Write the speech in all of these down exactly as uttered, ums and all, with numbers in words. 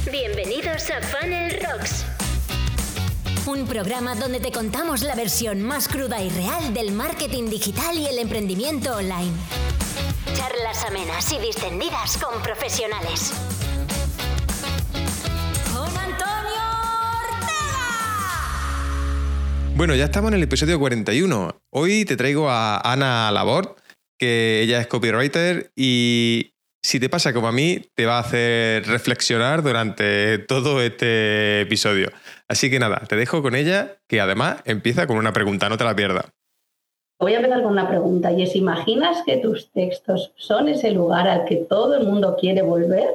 Bienvenidos a Funnel Rocks, un programa donde te contamos la versión más cruda y real del marketing digital y el emprendimiento online. Charlas amenas y distendidas con profesionales. ¡Con Antonio Ortega! Bueno, ya estamos en el episodio cuarenta y uno. Hoy te traigo a Ana Labort, que ella es copywriter y si te pasa como a mí, te va a hacer reflexionar durante todo este episodio. Así que nada, te dejo con ella, que además empieza con una pregunta, no te la pierdas. Voy a empezar con una pregunta y es, ¿imaginas que tus textos son ese lugar al que todo el mundo quiere volver?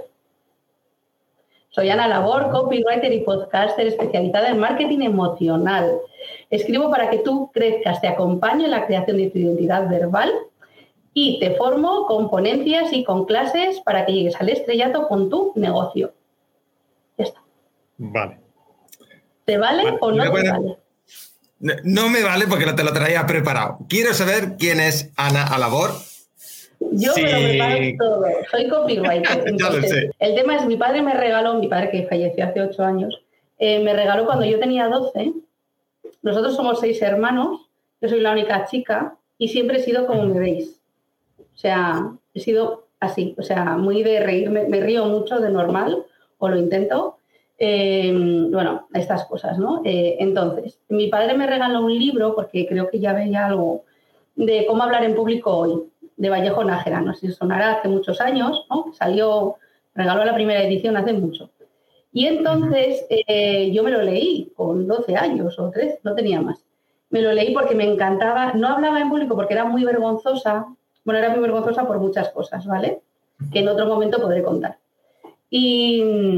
Soy Ana Labort, copywriter y podcaster especializada en marketing emocional. Escribo para que tú crezcas, te acompaño en la creación de tu identidad verbal y te formo con ponencias y con clases para que llegues al estrellato con tu negocio. Ya está. Vale. ¿Te vale, vale o no te vale? No, no me vale porque no te lo traía preparado. Quiero saber quién es Ana Labort. Yo sí. Me lo preparo todo. Soy copywriter. Ya lo sé. El tema es, mi padre me regaló, mi padre que falleció hace ocho años, eh, me regaló cuando yo tenía doce. Nosotros somos seis hermanos, yo soy la única chica y siempre he sido como me veis. O sea, he sido así, o sea, muy de reírme, me río mucho de normal, o lo intento. Eh, bueno, estas cosas, ¿no? Eh, entonces, mi padre me regaló un libro, porque creo que ya veía algo, de cómo hablar en público hoy, de Vallejo Nájera, no sé si sonará, hace muchos años, ¿no? Salió, regaló la primera edición hace mucho. Y entonces eh, yo me lo leí con doce años o trece, no tenía más. Me lo leí porque me encantaba, no hablaba en público porque era muy vergonzosa. Bueno, era muy vergonzosa por muchas cosas, ¿vale? Que en otro momento podré contar. Y,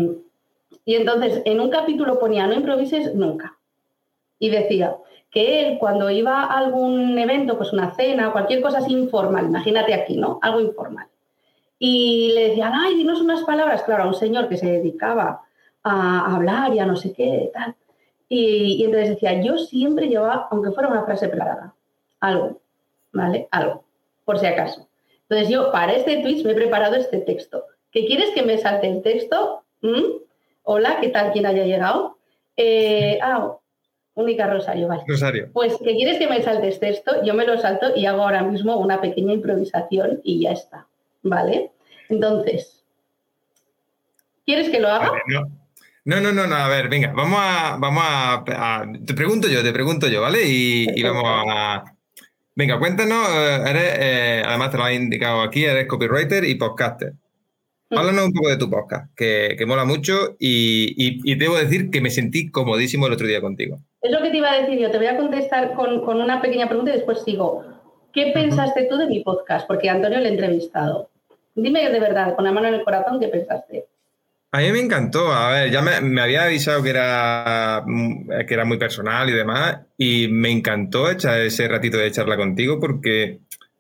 y entonces, en un capítulo ponía, no improvises nunca. Y decía que él, cuando iba a algún evento, pues una cena, cualquier cosa así informal, imagínate aquí, ¿no? Algo informal. Y le decían, ay, dinos unas palabras. Claro, a un señor que se dedicaba a hablar y a no sé qué, tal. Y, y entonces decía, yo siempre llevaba, aunque fuera una frase larga, algo, ¿vale? Algo. Por si acaso. Entonces yo para este Twitch me he preparado este texto. ¿Qué quieres que me salte el texto? ¿Mm? Hola, ¿qué tal? ¿Quién haya llegado? Eh, ah, única Rosario, vale. Rosario. Pues ¿qué quieres que me salte este texto? Yo me lo salto y hago ahora mismo una pequeña improvisación y ya está. ¿Vale? Entonces, ¿quieres que lo haga? Vale, no. No, no, no, no, a ver, venga, vamos a, vamos a, a te pregunto yo, te pregunto yo, ¿vale? Y, y vamos a... Venga, cuéntanos, eres, eh, además te lo has indicado aquí, eres copywriter y podcaster. Mm. Háblanos un poco de tu podcast, que, que mola mucho y, y, y debo decir que me sentí comodísimo el otro día contigo. Es lo que te iba a decir yo, te voy a contestar con, con una pequeña pregunta y después sigo. ¿Qué pensaste uh-huh. tú de mi podcast? Porque a Antonio le he entrevistado. Dime de verdad, con la mano en el corazón, ¿qué pensaste? A mí me encantó. A ver, ya me, me había avisado que era, que era muy personal y demás, y me encantó echar ese ratito de charla contigo porque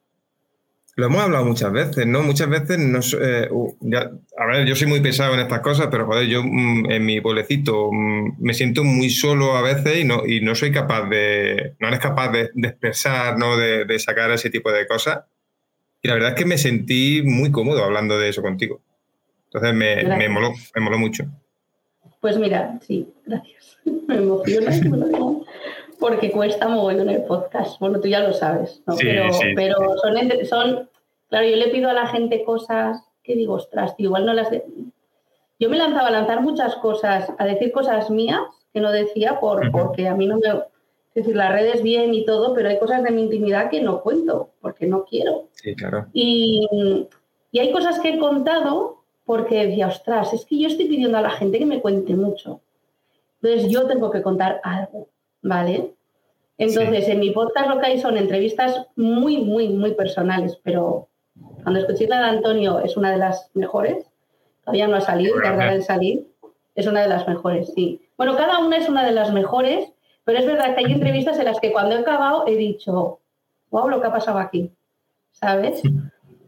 lo hemos hablado muchas veces, ¿no? Muchas veces, no, eh, uh, ya, a ver, yo soy muy pesado en estas cosas, pero joder, yo mm, en mi pueblecito mm, me siento muy solo a veces y no, y no soy capaz de, no eres capaz de, de expresar, ¿no? De, de sacar ese tipo de cosas. Y la verdad es que me sentí muy cómodo hablando de eso contigo. Entonces me, me, moló, me moló mucho. Pues mira, sí, gracias. Me emociona que me lo digan, porque cuesta mogollón el podcast. Bueno, tú ya lo sabes, ¿no? Sí, pero sí, pero sí. Son, entre, son... Claro, yo le pido a la gente cosas que digo, ostras, tío, igual no las... De... Yo me lanzaba a lanzar muchas cosas, a decir cosas mías que no decía por, uh-huh. porque a mí no me... Es decir, las redes bien y todo, pero hay cosas de mi intimidad que no cuento, porque no quiero. Sí, claro. Y, y hay cosas que he contado... porque decía, ostras, es que yo estoy pidiendo a la gente que me cuente mucho. Entonces yo tengo que contar algo, ¿vale? Entonces sí. En mi podcast lo que hay son entrevistas muy, muy, muy personales, pero cuando escuché la de Antonio es una de las mejores. Todavía no ha salido, tardará en salir. Es una de las mejores, sí. Bueno, cada una es una de las mejores, pero es verdad que hay entrevistas en las que cuando he acabado he dicho, wow, lo que ha pasado aquí, ¿sabes? Sí.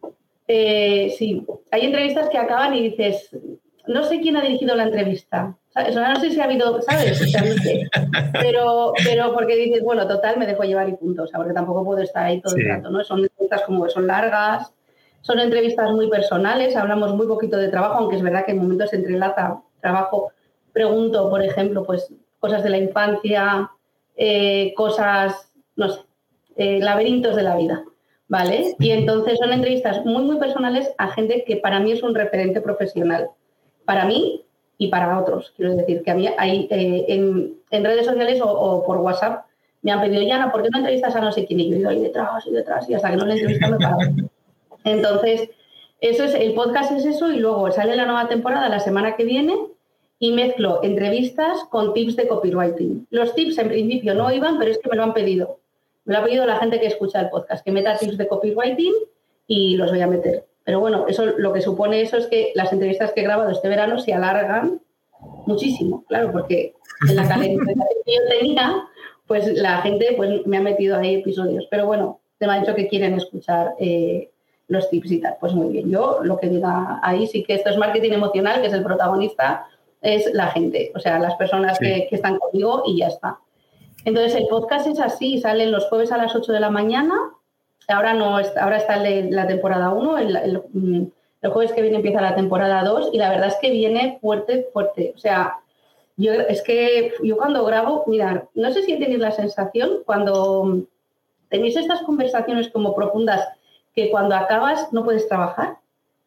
Eh, sí, hay entrevistas que acaban y dices, no sé quién ha dirigido la entrevista, ¿sabes? O sea, no sé si ha habido, ¿sabes? O sea, no sé. Pero, pero porque dices, bueno, total, me dejo llevar y punto, o sea, porque tampoco puedo estar ahí todo sí. el rato, ¿no? Son entrevistas como que son largas, son entrevistas muy personales, hablamos muy poquito de trabajo, aunque es verdad que en momentos se entrelaza trabajo, pregunto, por ejemplo, pues cosas de la infancia, eh, cosas, no sé, eh, laberintos de la vida, ¿vale? Y entonces son entrevistas muy, muy personales a gente que para mí es un referente profesional. Para mí y para otros. Quiero decir que a mí hay, eh, en, en redes sociales o, o por WhatsApp me han pedido, Yana, ¿por qué no entrevistas a no sé quién? Y yo he ido ahí detrás y detrás y hasta que no le entrevistan me paro. Entonces, eso es, el podcast es eso y luego sale la nueva temporada la semana que viene y mezclo entrevistas con tips de copywriting. Los tips en principio no iban, pero es que me lo han pedido. Me lo ha pedido la gente que escucha el podcast, que meta tips de copywriting y los voy a meter. Pero bueno, eso lo que supone eso es que las entrevistas que he grabado este verano se alargan muchísimo, claro, porque en la calidad que yo tenía, pues la gente pues, me ha metido ahí episodios. Pero bueno, te me han dicho que quieren escuchar eh, los tips y tal. Pues muy bien, yo lo que diga ahí sí que esto es marketing emocional, que es el protagonista, es la gente, o sea, las personas sí. que, que están conmigo y ya está. Entonces el podcast es así, salen los jueves a las ocho de la mañana. Ahora no, ahora está el, la temporada uno, el, el, el jueves que viene empieza la temporada dos y la verdad es que viene fuerte, fuerte. O sea, yo es que yo cuando grabo, mirad, no sé si tenéis la sensación cuando tenéis estas conversaciones como profundas que cuando acabas no puedes trabajar.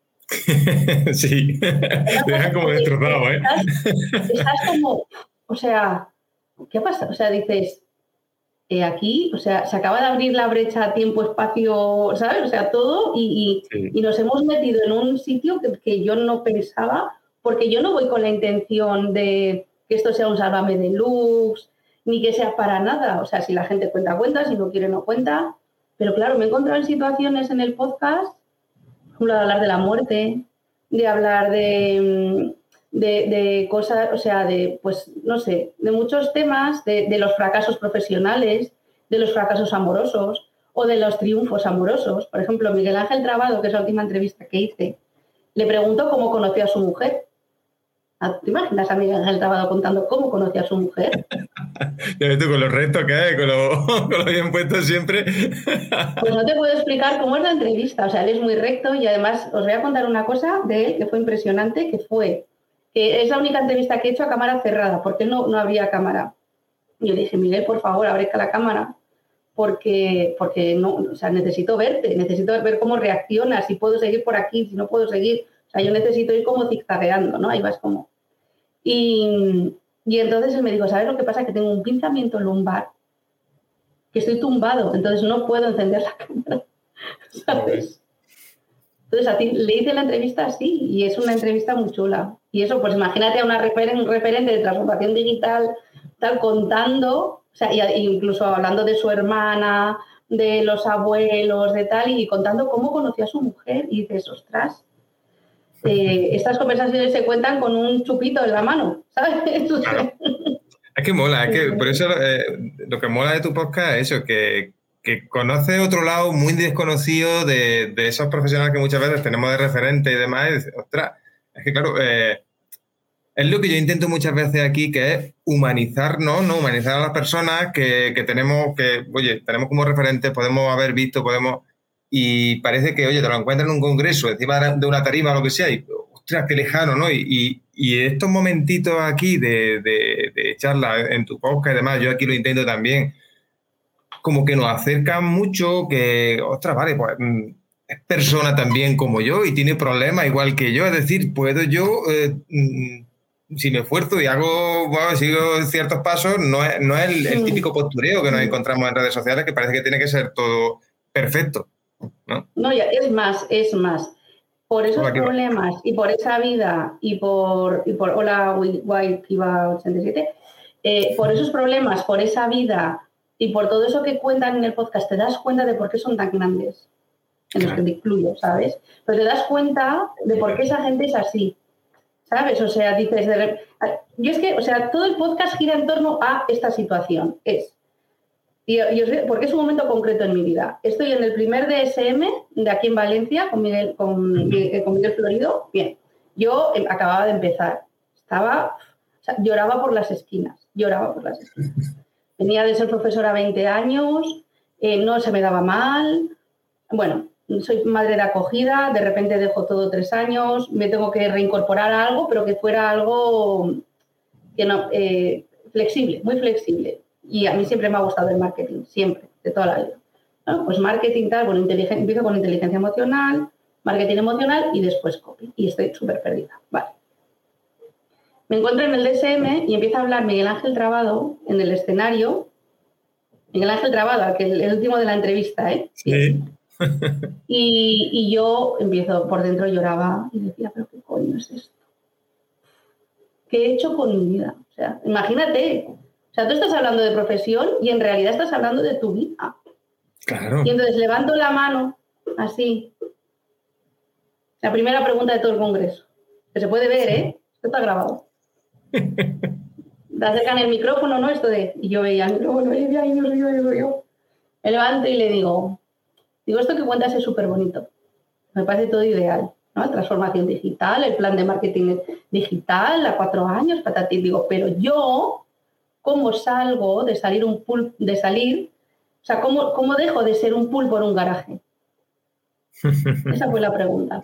Sí, te dejan como destrozado, ¿eh? Estás, estás como, o sea, ¿qué pasa? O sea, dices... Eh, aquí, o sea, se acaba de abrir la brecha tiempo-espacio, ¿sabes? O sea, todo y, y, sí. y nos hemos metido en un sitio que, que yo no pensaba, porque yo no voy con la intención de que esto sea un Sálvame Deluxe, ni que sea para nada. O sea, si la gente cuenta, cuenta, si no quiere, no cuenta. Pero claro, me he encontrado en situaciones en el podcast, por ejemplo, de hablar de la muerte, de hablar de... De, de cosas, o sea, de, pues, no sé, de muchos temas, de, de los fracasos profesionales, de los fracasos amorosos o de los triunfos amorosos. Por ejemplo, Miguel Ángel Trabado, que es la última entrevista que hice, le preguntó cómo conoció a su mujer. ¿Te imaginas a Miguel Ángel Trabado contando cómo conoció a su mujer? Ya ves tú, con los restos que hay, con lo, con lo bien puesto siempre. Pues no te puedo explicar cómo es la entrevista. O sea, él es muy recto y además os voy a contar una cosa de él que fue impresionante, que fue... que es la única entrevista que he hecho a cámara cerrada, porque no, no había cámara. Y yo dije, Miguel, por favor, abre la cámara, porque, porque no, o sea, necesito verte, necesito ver cómo reaccionas, si puedo seguir por aquí, si no puedo seguir. O sea, yo necesito ir como zigzagueando, ¿no? Ahí vas como... Y, y entonces él me dijo, ¿sabes lo que pasa? Que tengo un pinzamiento lumbar, que estoy tumbado, entonces no puedo encender la cámara, ¿sabes? Entonces, a ti le hice la entrevista así y es una entrevista muy chula. Y eso, pues imagínate a una referen- un referente de transformación digital, tal, contando, o sea, y, y incluso hablando de su hermana, de los abuelos, de tal, y contando cómo conoció a su mujer. Y dices, ostras, eh, estas conversaciones se cuentan con un chupito en la mano, ¿sabes? Claro. Es que mola, es que por eso eh, lo que mola de tu podcast es eso, que... que conoce otro lado muy desconocido de, de esos profesionales que muchas veces tenemos de referente y demás, y dice, ostras, es que claro, eh, es lo que yo intento muchas veces aquí, que es humanizarnos, ¿no? Humanizar a las personas que, que tenemos, que, oye, tenemos como referente, podemos haber visto, podemos, y parece que, oye, te lo encuentras en un congreso, encima de una tarima o lo que sea, y ostras, qué lejano, ¿no? Y, y, y estos momentitos aquí de, de, de charla en tu podcast y demás, yo aquí lo intento también, como que nos acercan mucho, que, ostras, vale, pues es persona también como yo y tiene problemas igual que yo. Es decir, puedo yo, eh, si me esfuerzo y hago, bueno, sigo ciertos pasos, no es, no es el, el típico postureo que nos encontramos en redes sociales, que parece que tiene que ser todo perfecto, ¿no? No, ya, es más, es más. Por esos Hola, problemas y por esa vida y por, y por hola, White Kiva ochenta y siete, eh, por esos problemas, por esa vida y por todo eso que cuentan en el podcast, te das cuenta de por qué son tan grandes, en los que te incluyo, ¿sabes? Pero te das cuenta de por qué esa gente es así, ¿sabes? O sea, dices... De... Yo es que, o sea, todo el podcast gira en torno a esta situación. Es... Y, y os... Porque es un momento concreto en mi vida. Estoy en el primer D S M de aquí en Valencia con Miguel, con, con Miguel Florido. Bien, yo acababa de empezar. Estaba... O sea, lloraba por las esquinas. Lloraba por las esquinas. Venía de ser profesora veinte años, eh, no se me daba mal. Bueno, soy madre de acogida, de repente dejo todo tres años, me tengo que reincorporar a algo, pero que fuera algo que no, eh, flexible, muy flexible. Y a mí siempre me ha gustado el marketing, siempre, de toda la vida. Bueno, pues marketing tal, bueno, empiezo con inteligencia emocional, marketing emocional y después copy. Y estoy súper perdida. Vale. Me encuentro en el D S M y empieza a hablar Miguel Ángel Trabado en el escenario. Miguel Ángel Trabado, que el, el último de la entrevista, ¿eh? Sí. Y, y yo empiezo, por dentro lloraba y decía, pero ¿qué coño es esto? ¿Qué he hecho con mi vida? O sea, imagínate. O sea, tú estás hablando de profesión y en realidad estás hablando de tu vida. Claro. Y entonces levanto la mano, así. La primera pregunta de todo el congreso. Que se puede ver, ¿eh? Esto está grabado. Te acercan el micrófono, ¿no? Esto de... Y yo veía el micrófono y decía, ay, Dios mío, Dios mío. Me levanto y le digo... Digo, esto que cuentas es súper bonito. Me parece todo ideal, ¿no? La transformación digital, el plan de marketing digital, a cuatro años, patatín. Digo, pero yo, ¿cómo salgo de salir un pool, de salir? O sea, ¿cómo, cómo dejo de ser un pool por un garaje? Esa fue la pregunta.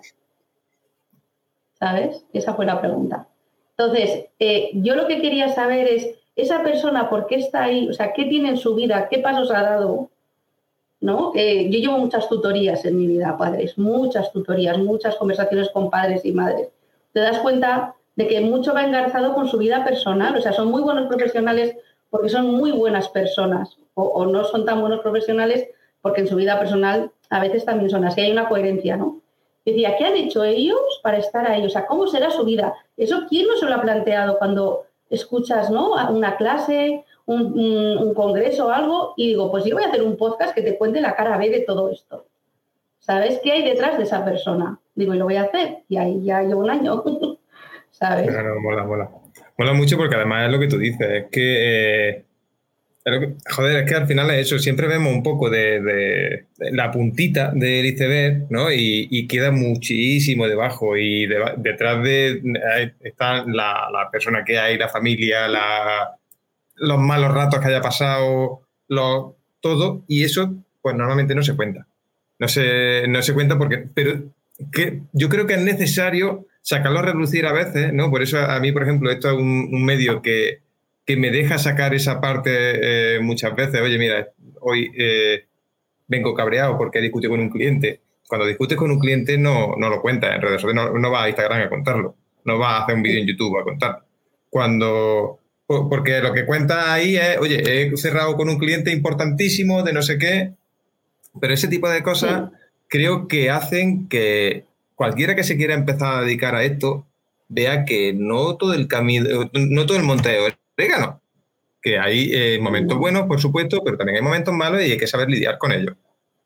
¿Sabes? Esa fue la pregunta. Entonces, eh, yo lo que quería saber es, esa persona, ¿por qué está ahí? O sea, ¿qué tiene en su vida? ¿Qué pasos ha dado? ¿No? Eh, yo llevo muchas tutorías en mi vida, padres, muchas tutorías, muchas conversaciones con padres y madres. Te das cuenta de que mucho va engarzado con su vida personal, o sea, son muy buenos profesionales porque son muy buenas personas, o, o no son tan buenos profesionales porque en su vida personal a veces también son así, hay una coherencia, ¿no? Y decía, ¿qué han hecho ellos para estar ahí? O sea, ¿cómo será su vida? Eso, ¿quién no se lo ha planteado cuando escuchas, ¿no? Una clase, Un, un, un congreso o algo, y digo, pues yo voy a hacer un podcast que te cuente la cara B de todo esto. ¿Sabes qué hay detrás de esa persona? Digo, y lo voy a hacer. Y ahí ya llevo un año. ¿Sabes? No, no, mola, mola. Mola mucho porque además es lo que tú dices, es que, eh, es lo que joder, es que al final es eso, siempre vemos un poco de, de, de la puntita del iceberg, ¿no? Y, y queda muchísimo debajo y de, detrás de está la, la persona que hay, la familia, la... los malos ratos que haya pasado, los, todo, y eso pues normalmente no se cuenta. No se, no se cuenta porque, pero que yo creo que es necesario sacarlo a relucir a veces, ¿no? Por eso a mí, por ejemplo, esto es un, un medio que, que me deja sacar esa parte eh, muchas veces. Oye, mira, hoy eh, vengo cabreado porque he discutido con un cliente. Cuando discutes con un cliente no, no lo cuentas en redes sociales, no, no vas a Instagram a contarlo, no vas a hacer un vídeo en YouTube a contarlo. Cuando... Porque lo que cuenta ahí es, oye, he cerrado con un cliente importantísimo de no sé qué, pero ese tipo de cosas sí. Creo que hacen que cualquiera que se quiera empezar a dedicar a esto vea que no todo el camino, no todo el monteo es orégano, que hay eh, momentos buenos, por supuesto, pero también hay momentos malos y hay que saber lidiar con ellos.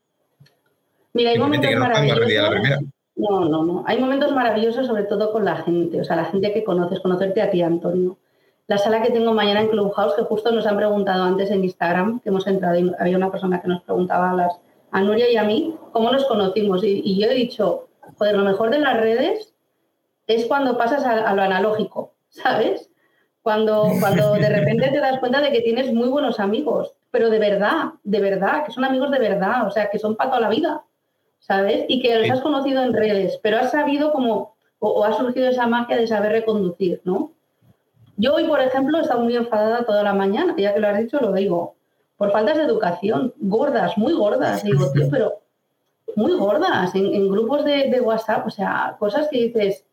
Mira, hay momentos maravillosos. No, no, no. Hay momentos maravillosos, sobre todo con la gente, o sea, la gente que conoces, conocerte a ti, Antonio. La sala que tengo mañana en Clubhouse, que justo nos han preguntado antes en Instagram, que hemos entrado y había una persona que nos preguntaba a, las, a Nuria y a mí cómo nos conocimos. Y, y yo he dicho, joder, lo mejor de las redes es cuando pasas a, a lo analógico, ¿sabes? Cuando, cuando de repente te das cuenta de que tienes muy buenos amigos, pero de verdad, de verdad, que son amigos de verdad, o sea, que son para toda la vida, ¿sabes? Y que los has conocido en redes, pero has sabido como, o, o ha surgido esa magia de saber reconducir, ¿no? Yo hoy, por ejemplo, he estado muy enfadada toda la mañana, ya que lo has dicho, lo digo, por faltas de educación, gordas, muy gordas. Digo, tío, pero muy gordas, en, en grupos de, de WhatsApp, o sea, cosas que dices,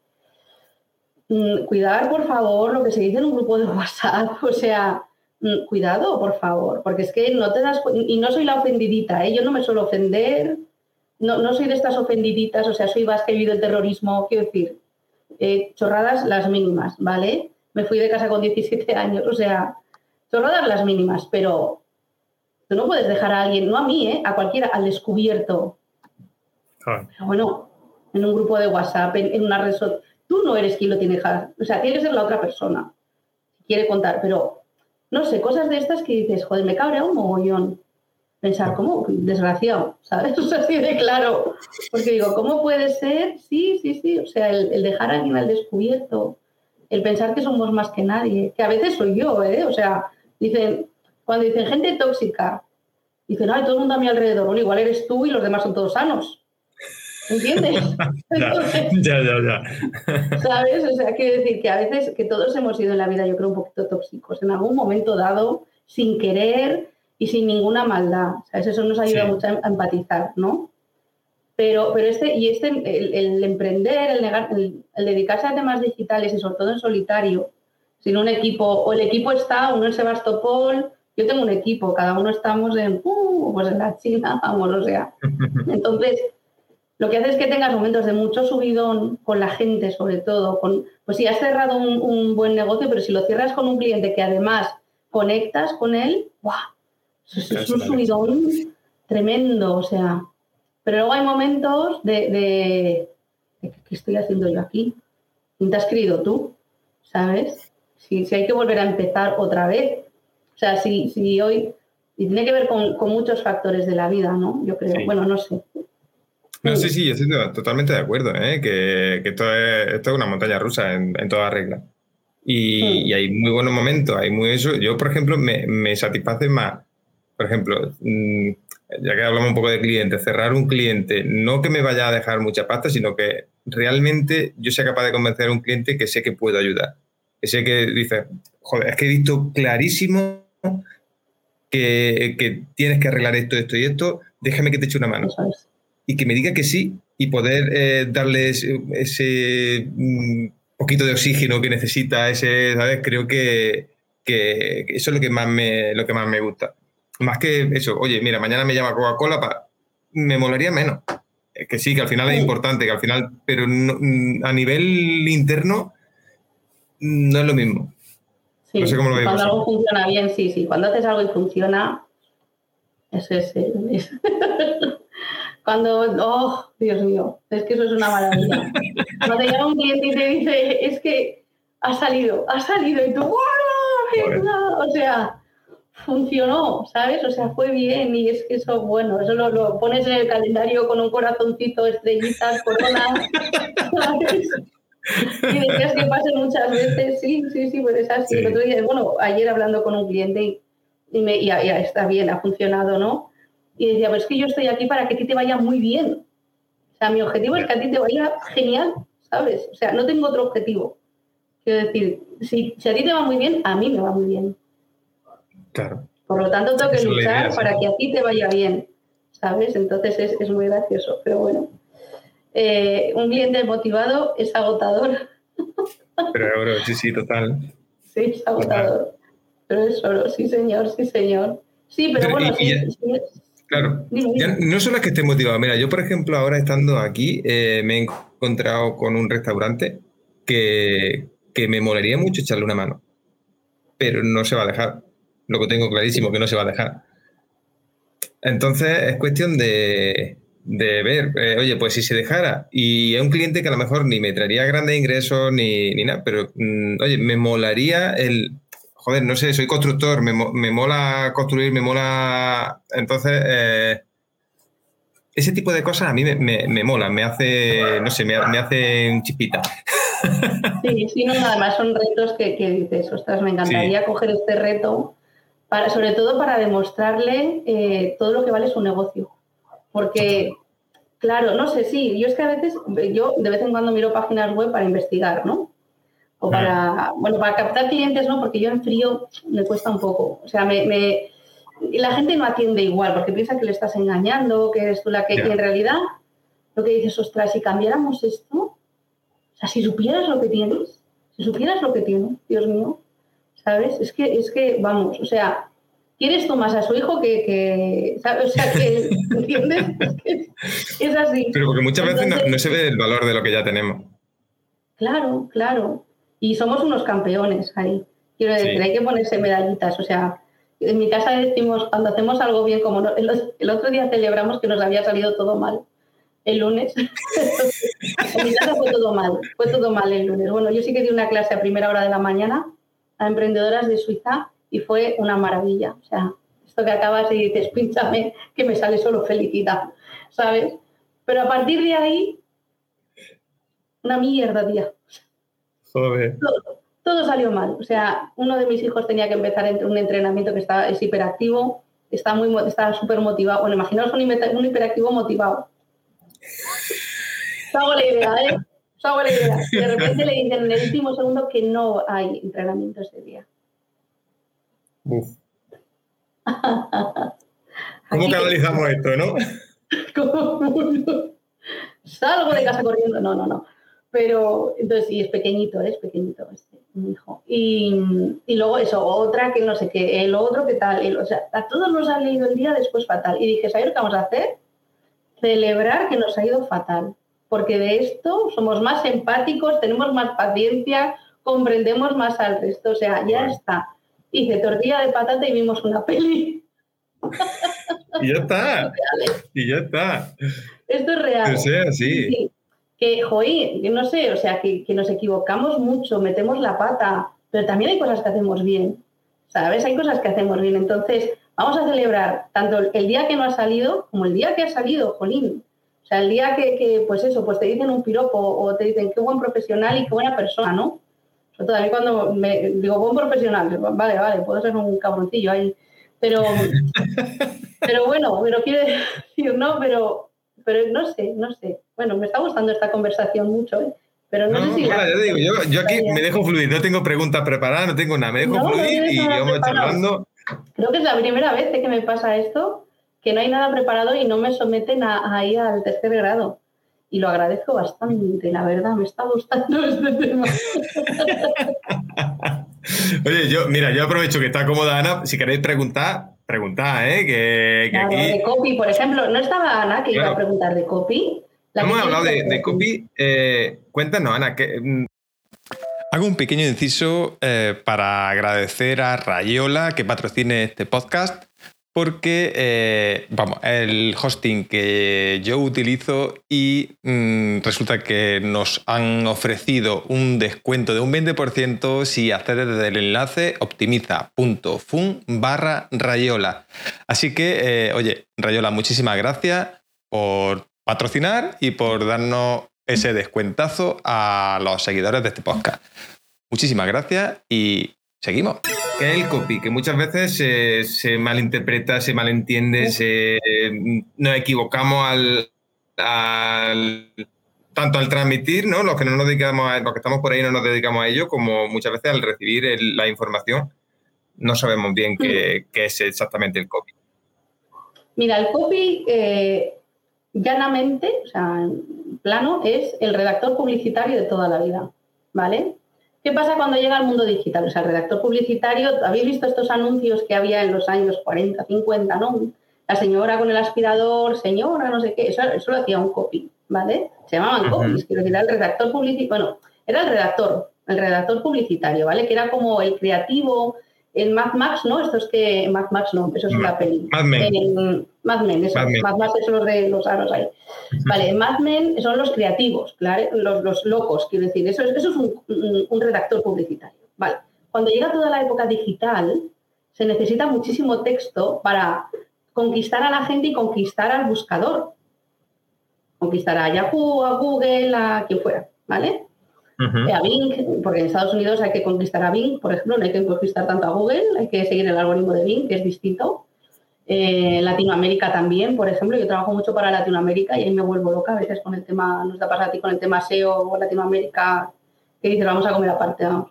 mmm, cuidar, por favor, lo que se dice en un grupo de WhatsApp, o sea, mmm, cuidado, por favor, porque es que no te das cuenta, y no soy la ofendidita, ¿eh? Yo no me suelo ofender, no, no soy de estas ofendiditas, o sea, soy vasca, he vivido el terrorismo, quiero decir, eh, chorradas las mínimas, ¿vale? Me fui de casa con diecisiete años, o sea, solo dar las mínimas, pero tú no puedes dejar a alguien, no a mí, ¿eh? A cualquiera, al descubierto. Ah. Pero bueno, en un grupo de WhatsApp, en, en una red social, tú no eres quien lo tiene que dejar, o sea, tiene que ser la otra persona, si quiere contar, pero no sé, cosas de estas que dices, joder, me cabrea un mogollón. Pensar, ¿cómo? Desgraciado, ¿sabes? O sea, así de claro. Porque digo, ¿cómo puede ser? Sí, sí, sí, o sea, el, el dejar a alguien al descubierto, el pensar que somos más que nadie, que a veces soy yo, ¿eh? O sea, dicen, cuando dicen gente tóxica, dicen, ay, todo el mundo a mi alrededor, bueno, igual eres tú y los demás son todos sanos. ¿Entiendes? Entonces, ya, ya, ya. ¿sabes? O sea, quiero decir que a veces que todos hemos sido en la vida, yo creo, un poquito tóxicos, en algún momento dado, sin querer y sin ninguna maldad. ¿Sabes? Eso nos ayuda sí. mucho a empatizar, ¿no? Pero, pero este, y este, el, el emprender, el, negar, el, el dedicarse a temas digitales y sobre todo en solitario, sin un equipo, o el equipo está, uno en Sebastopol, yo tengo un equipo, cada uno estamos en, uh, pues en la China, vamos, o sea. Entonces, lo que hace es que tengas momentos de mucho subidón con la gente, sobre todo, con, pues si has cerrado un, un buen negocio, pero si lo cierras con un cliente que además conectas con él, ¡guau! Es, es un subidón tremendo, o sea. Pero luego hay momentos de, de, de ¿qué estoy haciendo yo aquí? ¿Quién te has escrito tú? ¿Sabes? Si, si hay que volver a empezar otra vez. O sea, si, si hoy... Y tiene que ver con, con muchos factores de la vida, ¿no? Yo creo. Sí. Bueno, no sé. No, sí, sí, yo estoy totalmente de acuerdo, ¿eh? que, que esto, es, esto es una montaña rusa en, en toda regla. Y, sí. y hay muy buenos momentos, hay muy eso. Yo, por ejemplo, me, me satisface más, por ejemplo, mmm, ya que hablamos un poco de clientes, cerrar un cliente, no que me vaya a dejar mucha pasta, sino que realmente yo sea capaz de convencer a un cliente que sé que puedo ayudar. Que sé que dice, joder, es que he visto clarísimo que, que tienes que arreglar esto, esto y esto, déjame que te eche una mano. Y que me diga que sí y poder eh, darle ese, ese um, poquito de oxígeno que necesita, ese, ¿sabes? Creo que, que eso es lo que más me, lo que más me gusta. Más que eso, oye, mira, mañana me llama Coca-Cola, pa, me molaría menos. Es que sí, que al final es importante, que al final, pero no, a nivel interno no es lo mismo. Sí, no sé cómo lo cuando veis. Algo funciona bien, sí, sí. Cuando haces algo y funciona, eso es... es Cuando, oh, Dios mío, es que eso es una maravilla. Cuando te llama un cliente y te dice, es que ha salido, ha salido, y tú, ¡wow! O sea, funcionó, ¿sabes? O sea, fue bien y es que eso, bueno, eso lo, lo pones en el calendario con un corazoncito, estrellitas, coronas, ¿sabes? Y deseas que pase muchas veces, sí, sí, sí, pues es así. Sí. El otro día, bueno, ayer hablando con un cliente y, y, me, y ya, ya está bien, ha funcionado, ¿no? Y decía, pues es que yo estoy aquí para que a ti te vaya muy bien. O sea, mi objetivo es que a ti te vaya genial, ¿sabes? O sea, no tengo otro objetivo. Quiero decir, si, si a ti te va muy bien, a mí me va muy bien. Claro. Por lo tanto, tengo que luchar idea, para sí. que a ti te vaya bien, ¿sabes? Entonces es, es muy gracioso, pero bueno. Eh, un cliente motivado es agotador. Pero, bro, sí, sí, total. Sí, es agotador. Total. Pero es solo, sí, señor, sí, señor. Sí, pero, pero bueno, y, sí, y, sí. Claro, ya no solo es que esté motivado. Mira, yo por ejemplo ahora estando aquí eh, me he encontrado con un restaurante que, que me molaría mucho echarle una mano, pero no se va a dejar. Lo que tengo clarísimo que no se va a dejar. Entonces es cuestión de, de ver, eh, oye, pues si se dejara y es un cliente que a lo mejor ni me traería grandes ingresos ni, ni nada, pero mmm, oye, me molaría el... Joder, no sé, soy constructor, me, me mola construir, me mola... Entonces, eh, ese tipo de cosas a mí me, me, me mola, me hace, no sé, me, me hace un chispita. Sí, sí, no, además son retos que, que dices, ostras, me encantaría sí. coger este reto, para, sobre todo para demostrarle eh, todo lo que vale su negocio. Porque, claro, no sé, sí, yo es que a veces, yo de vez en cuando miro páginas web para investigar, ¿no? O para, bueno, para captar clientes, ¿no? Porque yo en frío me cuesta un poco. O sea, me, me, la gente no atiende igual porque piensa que le estás engañando, que eres tú la que... Yeah. Y en realidad, lo que dices, ostras, si cambiáramos esto, o sea, si supieras lo que tienes, si supieras lo que tienes, Dios mío, ¿sabes? Es que, es que vamos, o sea, quieres tú más a su hijo que... que ¿sabes? O sea, que, ¿entiendes? Es que es así. Pero porque muchas Entonces, veces no, no se ve el valor de lo que ya tenemos. Claro, claro. Y somos unos campeones ahí. Quiero decir, sí. hay que ponerse medallitas. O sea, en mi casa decimos, cuando hacemos algo bien, como no, el, el otro día celebramos que nos había salido todo mal el lunes. En mi casa fue todo mal, fue todo mal el lunes. Bueno, yo sí que di una clase a primera hora de la mañana a emprendedoras de Suiza y fue una maravilla. O sea, esto que acabas y dices, pínchame, que me sale solo felicidad, ¿sabes? Pero a partir de ahí, una mierda, tía. Joder. Todo, todo salió mal. O sea, uno de mis hijos tenía que empezar un entrenamiento que está, es hiperactivo, está muy está súper motivado. Bueno, imaginaos un, un hiperactivo motivado. Os hago la idea, ¿eh? Os hago la idea. De repente le dicen en el último segundo que no hay entrenamiento ese día. Uf. ¿Cómo canalizamos esto, no? ¿Cómo? Salgo de casa corriendo. No, no, no. Pero, entonces, sí, es pequeñito, ¿eh? es pequeñito este, mi hijo. Y, y luego eso, otra que no sé qué, el otro que tal. El, o sea, a todos nos han leído el día después fatal. Y dije, ¿sabes lo que vamos a hacer? Celebrar que nos ha ido fatal. Porque de esto somos más empáticos, tenemos más paciencia, comprendemos más al resto. O sea, ya bueno. está. Hice tortilla de patata y vimos una peli. Y ya está. Y ya está. Esto es real. Que sea así. Sí. Que, joí, que no sé, o sea, que, que nos equivocamos mucho, metemos la pata, pero también hay cosas que hacemos bien, ¿sabes? Hay cosas que hacemos bien. Entonces, vamos a celebrar tanto el día que no ha salido como el día que ha salido, jolín. O sea, el día que, que pues eso, pues te dicen un piropo o te dicen qué buen profesional y qué buena persona, ¿no? Sobre todo a mí cuando me digo buen profesional, vale, vale, puedo ser un cabroncillo ahí, pero, pero bueno, pero quiero decir, no, pero... Pero no sé, no sé. Bueno, me está gustando esta conversación mucho, ¿eh? Pero no, no sé si... Bueno, la... ya digo, yo, yo aquí me dejo fluir, no tengo preguntas preparadas, no tengo nada, me dejo no, fluir no y vamos charlando. Creo que es la primera vez que me pasa esto, que no hay nada preparado y no me someten a, ahí al tercer grado. Y lo agradezco bastante, la verdad, me está gustando este tema. Oye, yo, mira, yo aprovecho que está cómoda Ana, si queréis preguntar... Preguntar, ¿eh? Que, que claro, aquí... de copy, por ejemplo. ¿No estaba Ana que claro. iba a preguntar de copy? La Hemos hablado de, de copy. Eh, cuéntanos, Ana. Que, mm... Hago un pequeño inciso eh, para agradecer a Rayola que patrocine este podcast porque, eh, vamos, el hosting que yo utilizo y mmm, resulta que nos han ofrecido un descuento de un veinte por ciento si accedes desde el enlace optimiza.fun barra Rayola. Así que, eh, oye, Rayola, muchísimas gracias por patrocinar y por darnos ese descuentazo a los seguidores de este podcast. Muchísimas gracias y seguimos. ¿Qué es el copy? Que muchas veces se, se malinterpreta, se malentiende, se, nos equivocamos al, al tanto al transmitir, ¿no? Los que no nos dedicamos a, los que estamos por ahí no nos dedicamos a ello, como muchas veces al recibir el, la información no sabemos bien qué, qué es exactamente el copy. Mira, el copy eh, llanamente, o sea, en plano, es el redactor publicitario de toda la vida, ¿vale? ¿Qué pasa cuando llega al mundo digital? O sea, el redactor publicitario, ¿habéis visto estos anuncios que había en los años cuarenta, cincuenta, ¿no? La señora con el aspirador, señora, no sé qué, eso, eso lo hacía un copy, ¿vale? Se llamaban uh-huh. copies, quiero decir, era el redactor publicitario, bueno, era el redactor, el redactor publicitario, ¿vale? Que era como el creativo, el Mad Max, ¿no? Esto es que, Mad Max no, eso es una peli. Mad Men. Eh, Mad Men, eso, Mad, Men. Mad Max son los de los aros ahí. Vale, Mad Men son los creativos, claro, los, los locos, quiero decir, eso es, eso es un, un, un redactor publicitario. Vale, cuando llega toda la época digital, se necesita muchísimo texto para conquistar a la gente y conquistar al buscador. Conquistar a Yahoo, a Google, a quien fuera, ¿vale? Uh-huh. A Bing, porque en Estados Unidos hay que conquistar a Bing, por ejemplo, no hay que conquistar tanto a Google, hay que seguir el algoritmo de Bing, que es distinto. Eh, Latinoamérica también, por ejemplo, yo trabajo mucho para Latinoamérica y ahí me vuelvo loca a veces con el tema, nos da pasar a ti con el tema S E O o Latinoamérica, que dices, vamos a comer aparte, vamos.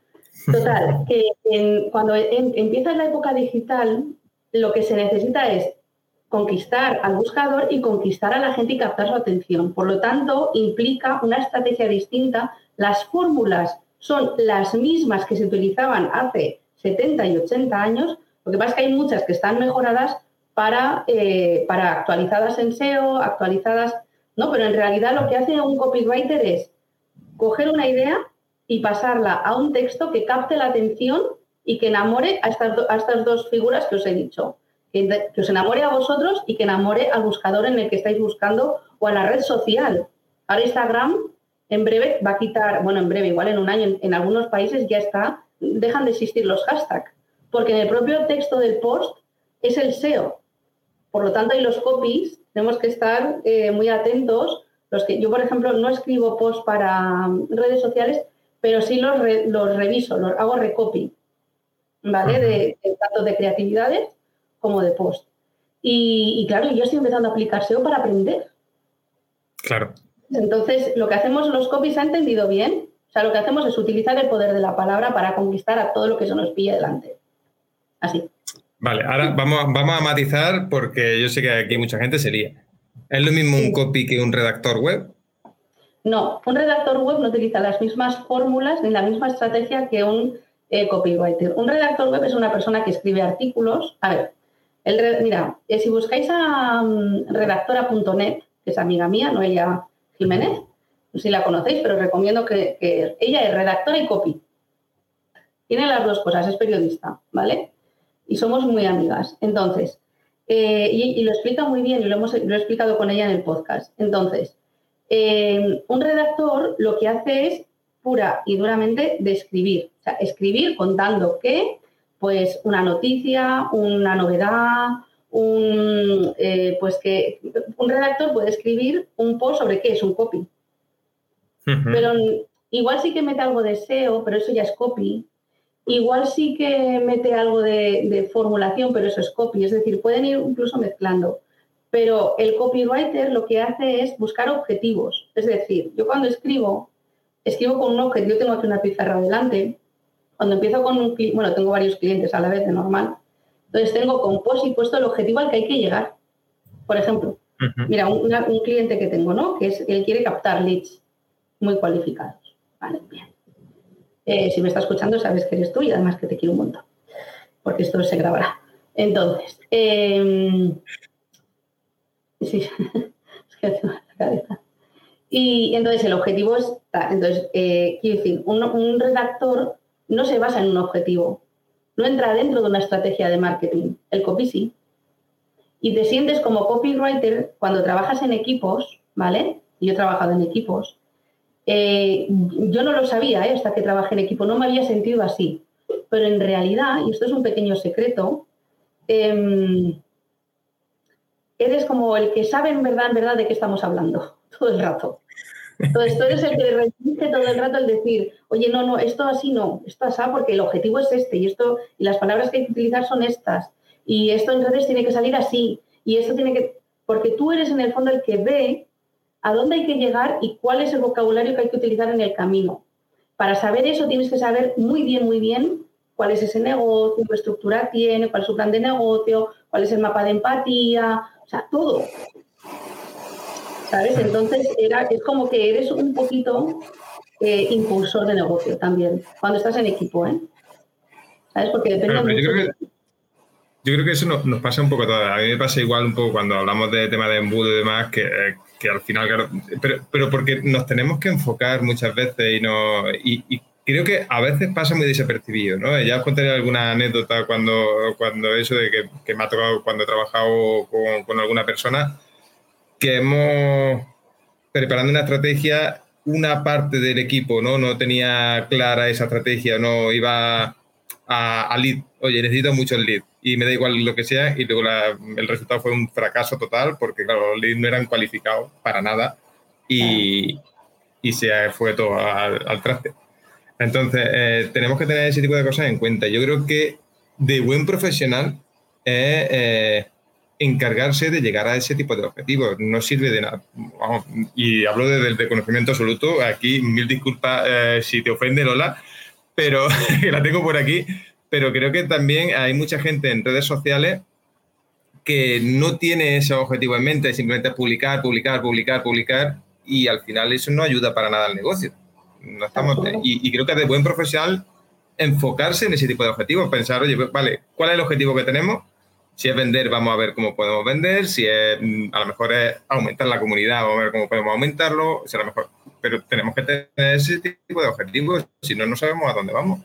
Total, que en, cuando en, empieza la época digital, lo que se necesita es conquistar al buscador y conquistar a la gente y captar su atención. Por lo tanto, implica una estrategia distinta. Las fórmulas son las mismas que se utilizaban hace setenta y ochenta años. Lo que pasa es que hay muchas que están mejoradas para, eh, para actualizadas en S E O, actualizadas... No, pero en realidad lo que hace un copywriter es coger una idea y pasarla a un texto que capte la atención y que enamore a estas, do, a estas dos figuras que os he dicho. Que, que os enamore a vosotros y que enamore al buscador en el que estáis buscando o a la red social. Ahora Instagram en breve va a quitar, bueno, en breve, igual en un año, en, en algunos países ya está, dejan de existir los hashtags, porque en el propio texto del post es el S E O. Por lo tanto, hay los copies, tenemos que estar eh, muy atentos. Los que, yo, por ejemplo, no escribo posts para redes sociales, pero sí los, re, los reviso, los hago recopy, ¿vale? De, de tanto de creatividades como de post. Y, y claro, yo estoy empezando a aplicar S E O para aprender. Claro. Entonces, lo que hacemos los copies se ha entendido bien. O sea, lo que hacemos es utilizar el poder de la palabra para conquistar a todo lo que se nos pilla delante. Así. Vale, ahora vamos, vamos a matizar porque yo sé que aquí mucha gente se lía. ¿Es lo mismo un copy que un redactor web? No, un redactor web no utiliza las mismas fórmulas ni la misma estrategia que un eh, copywriter. Un redactor web es una persona que escribe artículos. A ver, el, mira, eh, si buscáis a um, redactora punto net, que es amiga mía, Noelia Jiménez, no sé si la conocéis, pero recomiendo que, que ella es redactora y copy. Tiene las dos cosas, es periodista, ¿vale? Y somos muy amigas. Entonces, eh, y, y lo explica muy bien, y lo, hemos, lo he explicado con ella en el podcast. Entonces, eh, un redactor lo que hace es pura y duramente de escribir. O sea, escribir contando que, pues, una noticia, una novedad, un, eh, pues que un redactor puede escribir un post sobre qué es un copy. Uh-huh. Pero igual sí que mete algo de S E O, pero eso ya es copy. Igual sí que mete algo de, de formulación, pero eso es copy. Es decir, pueden ir incluso mezclando. Pero el copywriter lo que hace es buscar objetivos. Es decir, yo cuando escribo, escribo con un objetivo. Yo tengo aquí una pizarra delante. Cuando empiezo con un cliente, bueno, tengo varios clientes a la vez de normal. Entonces tengo con post y puesto el objetivo al que hay que llegar. Por ejemplo, uh-huh. mira, un, una, un cliente que tengo, ¿no? Que es, él quiere captar leads muy cualificados. Vale, bien. Eh, si me está escuchando, sabes que eres tú y además que te quiero un montón, porque esto se grabará. Entonces, eh, sí, es que tengo la cabeza. Y entonces el objetivo es, entonces, eh, quiero decir, un, un redactor no se basa en un objetivo, no entra dentro de una estrategia de marketing, el copy sí. Y te sientes como copywriter cuando trabajas en equipos, ¿vale? Y yo he trabajado en equipos. Eh, yo no lo sabía ¿eh? hasta que trabajé en equipo, no me había sentido así. Pero en realidad, y esto es un pequeño secreto, eh, eres como el que sabe en verdad, en verdad de qué estamos hablando todo el rato. Entonces, tú eres el que repite todo el rato el decir, oye, no, no, esto así no, esto así porque el objetivo es este y, esto, y las palabras que hay que utilizar son estas y esto en redes tiene que salir así y esto tiene que... Porque tú eres en el fondo el que ve a dónde hay que llegar y cuál es el vocabulario que hay que utilizar en el camino. Para saber eso tienes que saber muy bien, muy bien cuál es ese negocio, qué estructura tiene, cuál es su plan de negocio, cuál es el mapa de empatía, o sea, todo. ¿Sabes? Entonces era, es como que eres un poquito eh, impulsor de negocio también, cuando estás en equipo, ¿eh? ¿Sabes? Porque depende pero, pero mucho... Yo creo, que, yo creo que eso nos, nos pasa un poco a todas. A mí me pasa igual un poco cuando hablamos de tema de embudo y demás, que... Eh, que al final, claro, pero, pero porque nos tenemos que enfocar muchas veces y, no, y, y creo que a veces pasa muy desapercibido, ¿no? Ya os contaré alguna anécdota cuando, cuando eso de que, que me ha tocado cuando he trabajado con, con alguna persona, que hemos, preparando una estrategia, una parte del equipo no, no tenía clara esa estrategia, no iba a, a lead, oye, necesito mucho el lead. Y me da igual lo que sea, y luego la, el resultado fue un fracaso total, porque claro, los leads no eran cualificados para nada y, y se fue todo al, al traste. Entonces, eh, tenemos que tener ese tipo de cosas en cuenta. Yo creo que de buen profesional es eh, encargarse de llegar a ese tipo de objetivos. No sirve de nada. Vamos, y hablo desde el conocimiento absoluto. Aquí, mil disculpas eh, si te ofende, Lola, pero que la tengo por aquí. Pero creo que también hay mucha gente en redes sociales que no tiene ese objetivo en mente, simplemente publicar, publicar, publicar, publicar, y al final eso no ayuda para nada al negocio. No estamos, y, y creo que de buen profesional enfocarse en ese tipo de objetivos, pensar, oye, vale, ¿cuál es el objetivo que tenemos? Si es vender, vamos a ver cómo podemos vender, si es, a lo mejor es aumentar la comunidad, vamos a ver cómo podemos aumentarlo, si a lo mejor, pero tenemos que tener ese tipo de objetivos, si no, no sabemos a dónde vamos.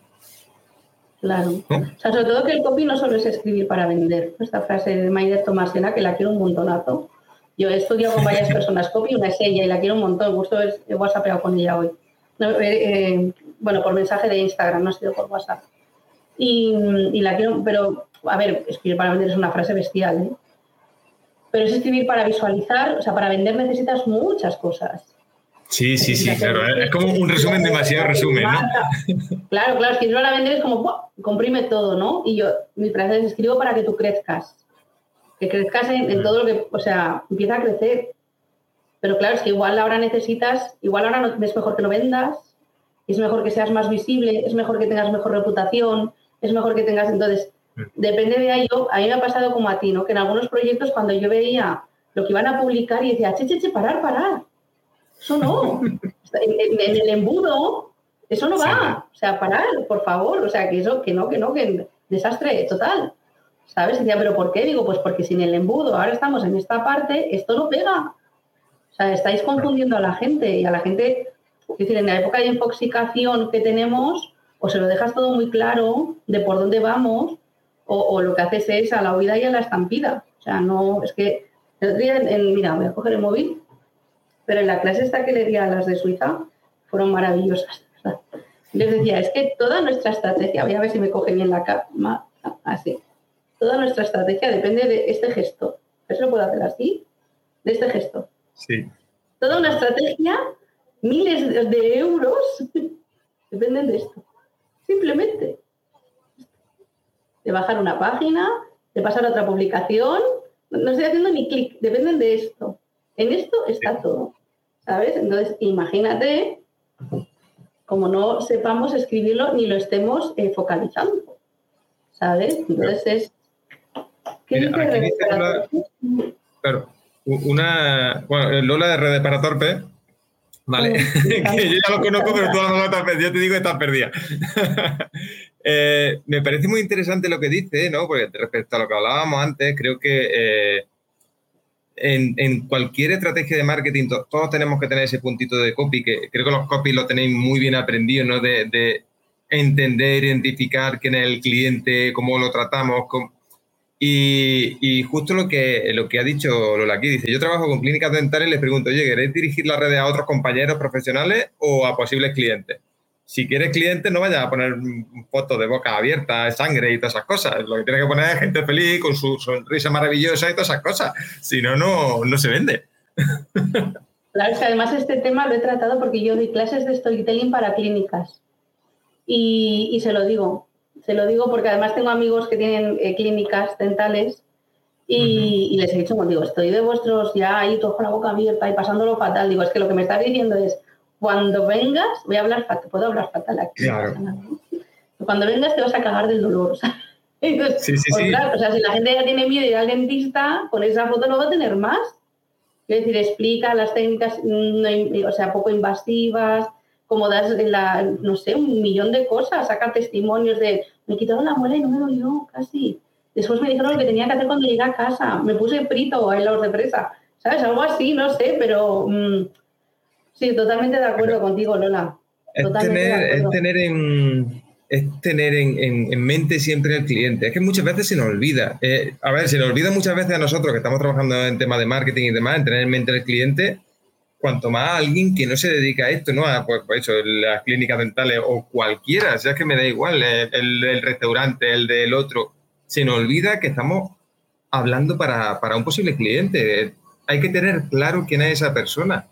Claro. ¿No? O sea, sobre todo que el copy no solo es escribir para vender. Esta frase de Maider Tomasena, que la quiero un montonazo. Yo he estudiado con varias personas copy, una es ella y la quiero un montón. Justo he whatsappeado con ella hoy. No, eh, eh, bueno, por mensaje de Instagram, no ha sido por WhatsApp. Y, y la quiero, pero, a ver, escribir para vender es una frase bestial, ¿eh? Pero es escribir para visualizar, o sea, para vender necesitas muchas cosas. Sí, sí, sí, claro. Es como un resumen demasiado resumen, ¿no? Claro, claro, escribir para vender es como, ¡buah!, comprime todo, ¿no? Y yo, mi frase es, escribo para que tú crezcas. Que crezcas en, en todo lo que, o sea, empieza a crecer. Pero claro, es que igual ahora necesitas, igual ahora no, es mejor que no vendas, es mejor que seas más visible, es mejor que tengas mejor reputación, es mejor que tengas... Entonces, depende de ahí. Yo, a mí me ha pasado como a ti, ¿no? Que en algunos proyectos cuando yo veía lo que iban a publicar y decía, che, che, che, parar, parar. Eso no. En, en, en el embudo, eso no va. O sea, parar, por favor. O sea, que eso, que no, que no, que desastre total. ¿Sabes? Y decía, ¿pero por qué? Digo, pues porque sin el embudo, ahora estamos en esta parte, esto no pega. O sea, estáis confundiendo a la gente y a la gente, es decir, en la época de infoxicación que tenemos, o se lo dejas todo muy claro de por dónde vamos, o, o lo que haces es a la huida y a la estampida. O sea, no, es que el otro día, en, mira, voy a coger el móvil, pero en la clase esta que le di a las de Suiza, fueron maravillosas. ¿Verdad? Les decía, es que toda nuestra estrategia, voy a ver si me coge bien la cama, así, toda nuestra estrategia depende de este gesto. ¿Eso lo puedo hacer así? De este gesto. Sí. Toda una estrategia, miles de euros, dependen de esto. Simplemente. De bajar una página, de pasar a otra publicación. No estoy haciendo ni clic, dependen de esto. En esto está todo. ¿Sabes? Entonces, imagínate, como no sepamos escribirlo ni lo estemos eh, focalizando. ¿Sabes? Entonces es... ¿Qué Mira, aquí dice Lola, claro, una, bueno, Lola de Redes para Torpes, vale, oh, que yo ya lo conozco, pero tú no lo estás perdida, yo te digo que estás perdida. eh, me parece muy interesante lo que dice, ¿no? Porque respecto a lo que hablábamos antes, creo que eh, en, en cualquier estrategia de marketing to, todos tenemos que tener ese puntito de copy, que creo que los copy lo tenéis muy bien aprendido, ¿no? De, de entender, identificar quién es el cliente, cómo lo tratamos, cómo, Y, y justo lo que, lo que ha dicho Lola aquí, dice, yo trabajo con clínicas dentales y les pregunto, oye, ¿queréis dirigir las redes a otros compañeros profesionales o a posibles clientes? Si quieres clientes, no vayas a poner fotos de boca abierta, sangre y todas esas cosas. Lo que tienes que poner es gente feliz, con su sonrisa maravillosa y todas esas cosas. Si no, no, no se vende. Claro, es que además este tema lo he tratado porque yo doy clases de storytelling para clínicas. Y, y se lo digo. Se lo digo porque además tengo amigos que tienen eh, clínicas dentales y, uh-huh. y les he dicho, como digo, estoy de vuestros ya ahí todos con la boca abierta y pasándolo fatal. Digo, es que lo que me estás diciendo es, cuando vengas, voy a hablar fatal, puedo hablar fatal aquí. Claro. Cuando vengas te vas a cagar del dolor. O sea, entonces, sí, sí, pues, sí. Claro, o sea, si la gente ya tiene miedo de ir al dentista, con esa foto no va a tener más. Es decir, explica las técnicas, no, o sea, poco invasivas, como das, la, no sé, un millón de cosas, saca testimonios de me quitaron la muela y no me dolió casi. Después me dijeron lo que tenía que hacer cuando llegué a casa, me puse frito en los de fresa, ¿sabes? Algo así, no sé, pero mmm, sí, totalmente de acuerdo pero contigo, Lola. Es tener, es tener, en, es tener en, en, en mente siempre al cliente. Es que muchas veces se nos olvida. Eh, a ver, se nos olvida muchas veces a nosotros que estamos trabajando en temas de marketing y demás, en tener en mente al cliente. Cuanto más a alguien que no se dedica a esto, ¿no? A, pues, pues eso, las clínicas dentales o cualquiera, o sea, es que me da igual, el, el restaurante, el del otro, se nos olvida que estamos hablando para, para un posible cliente. Hay que tener claro quién es esa persona.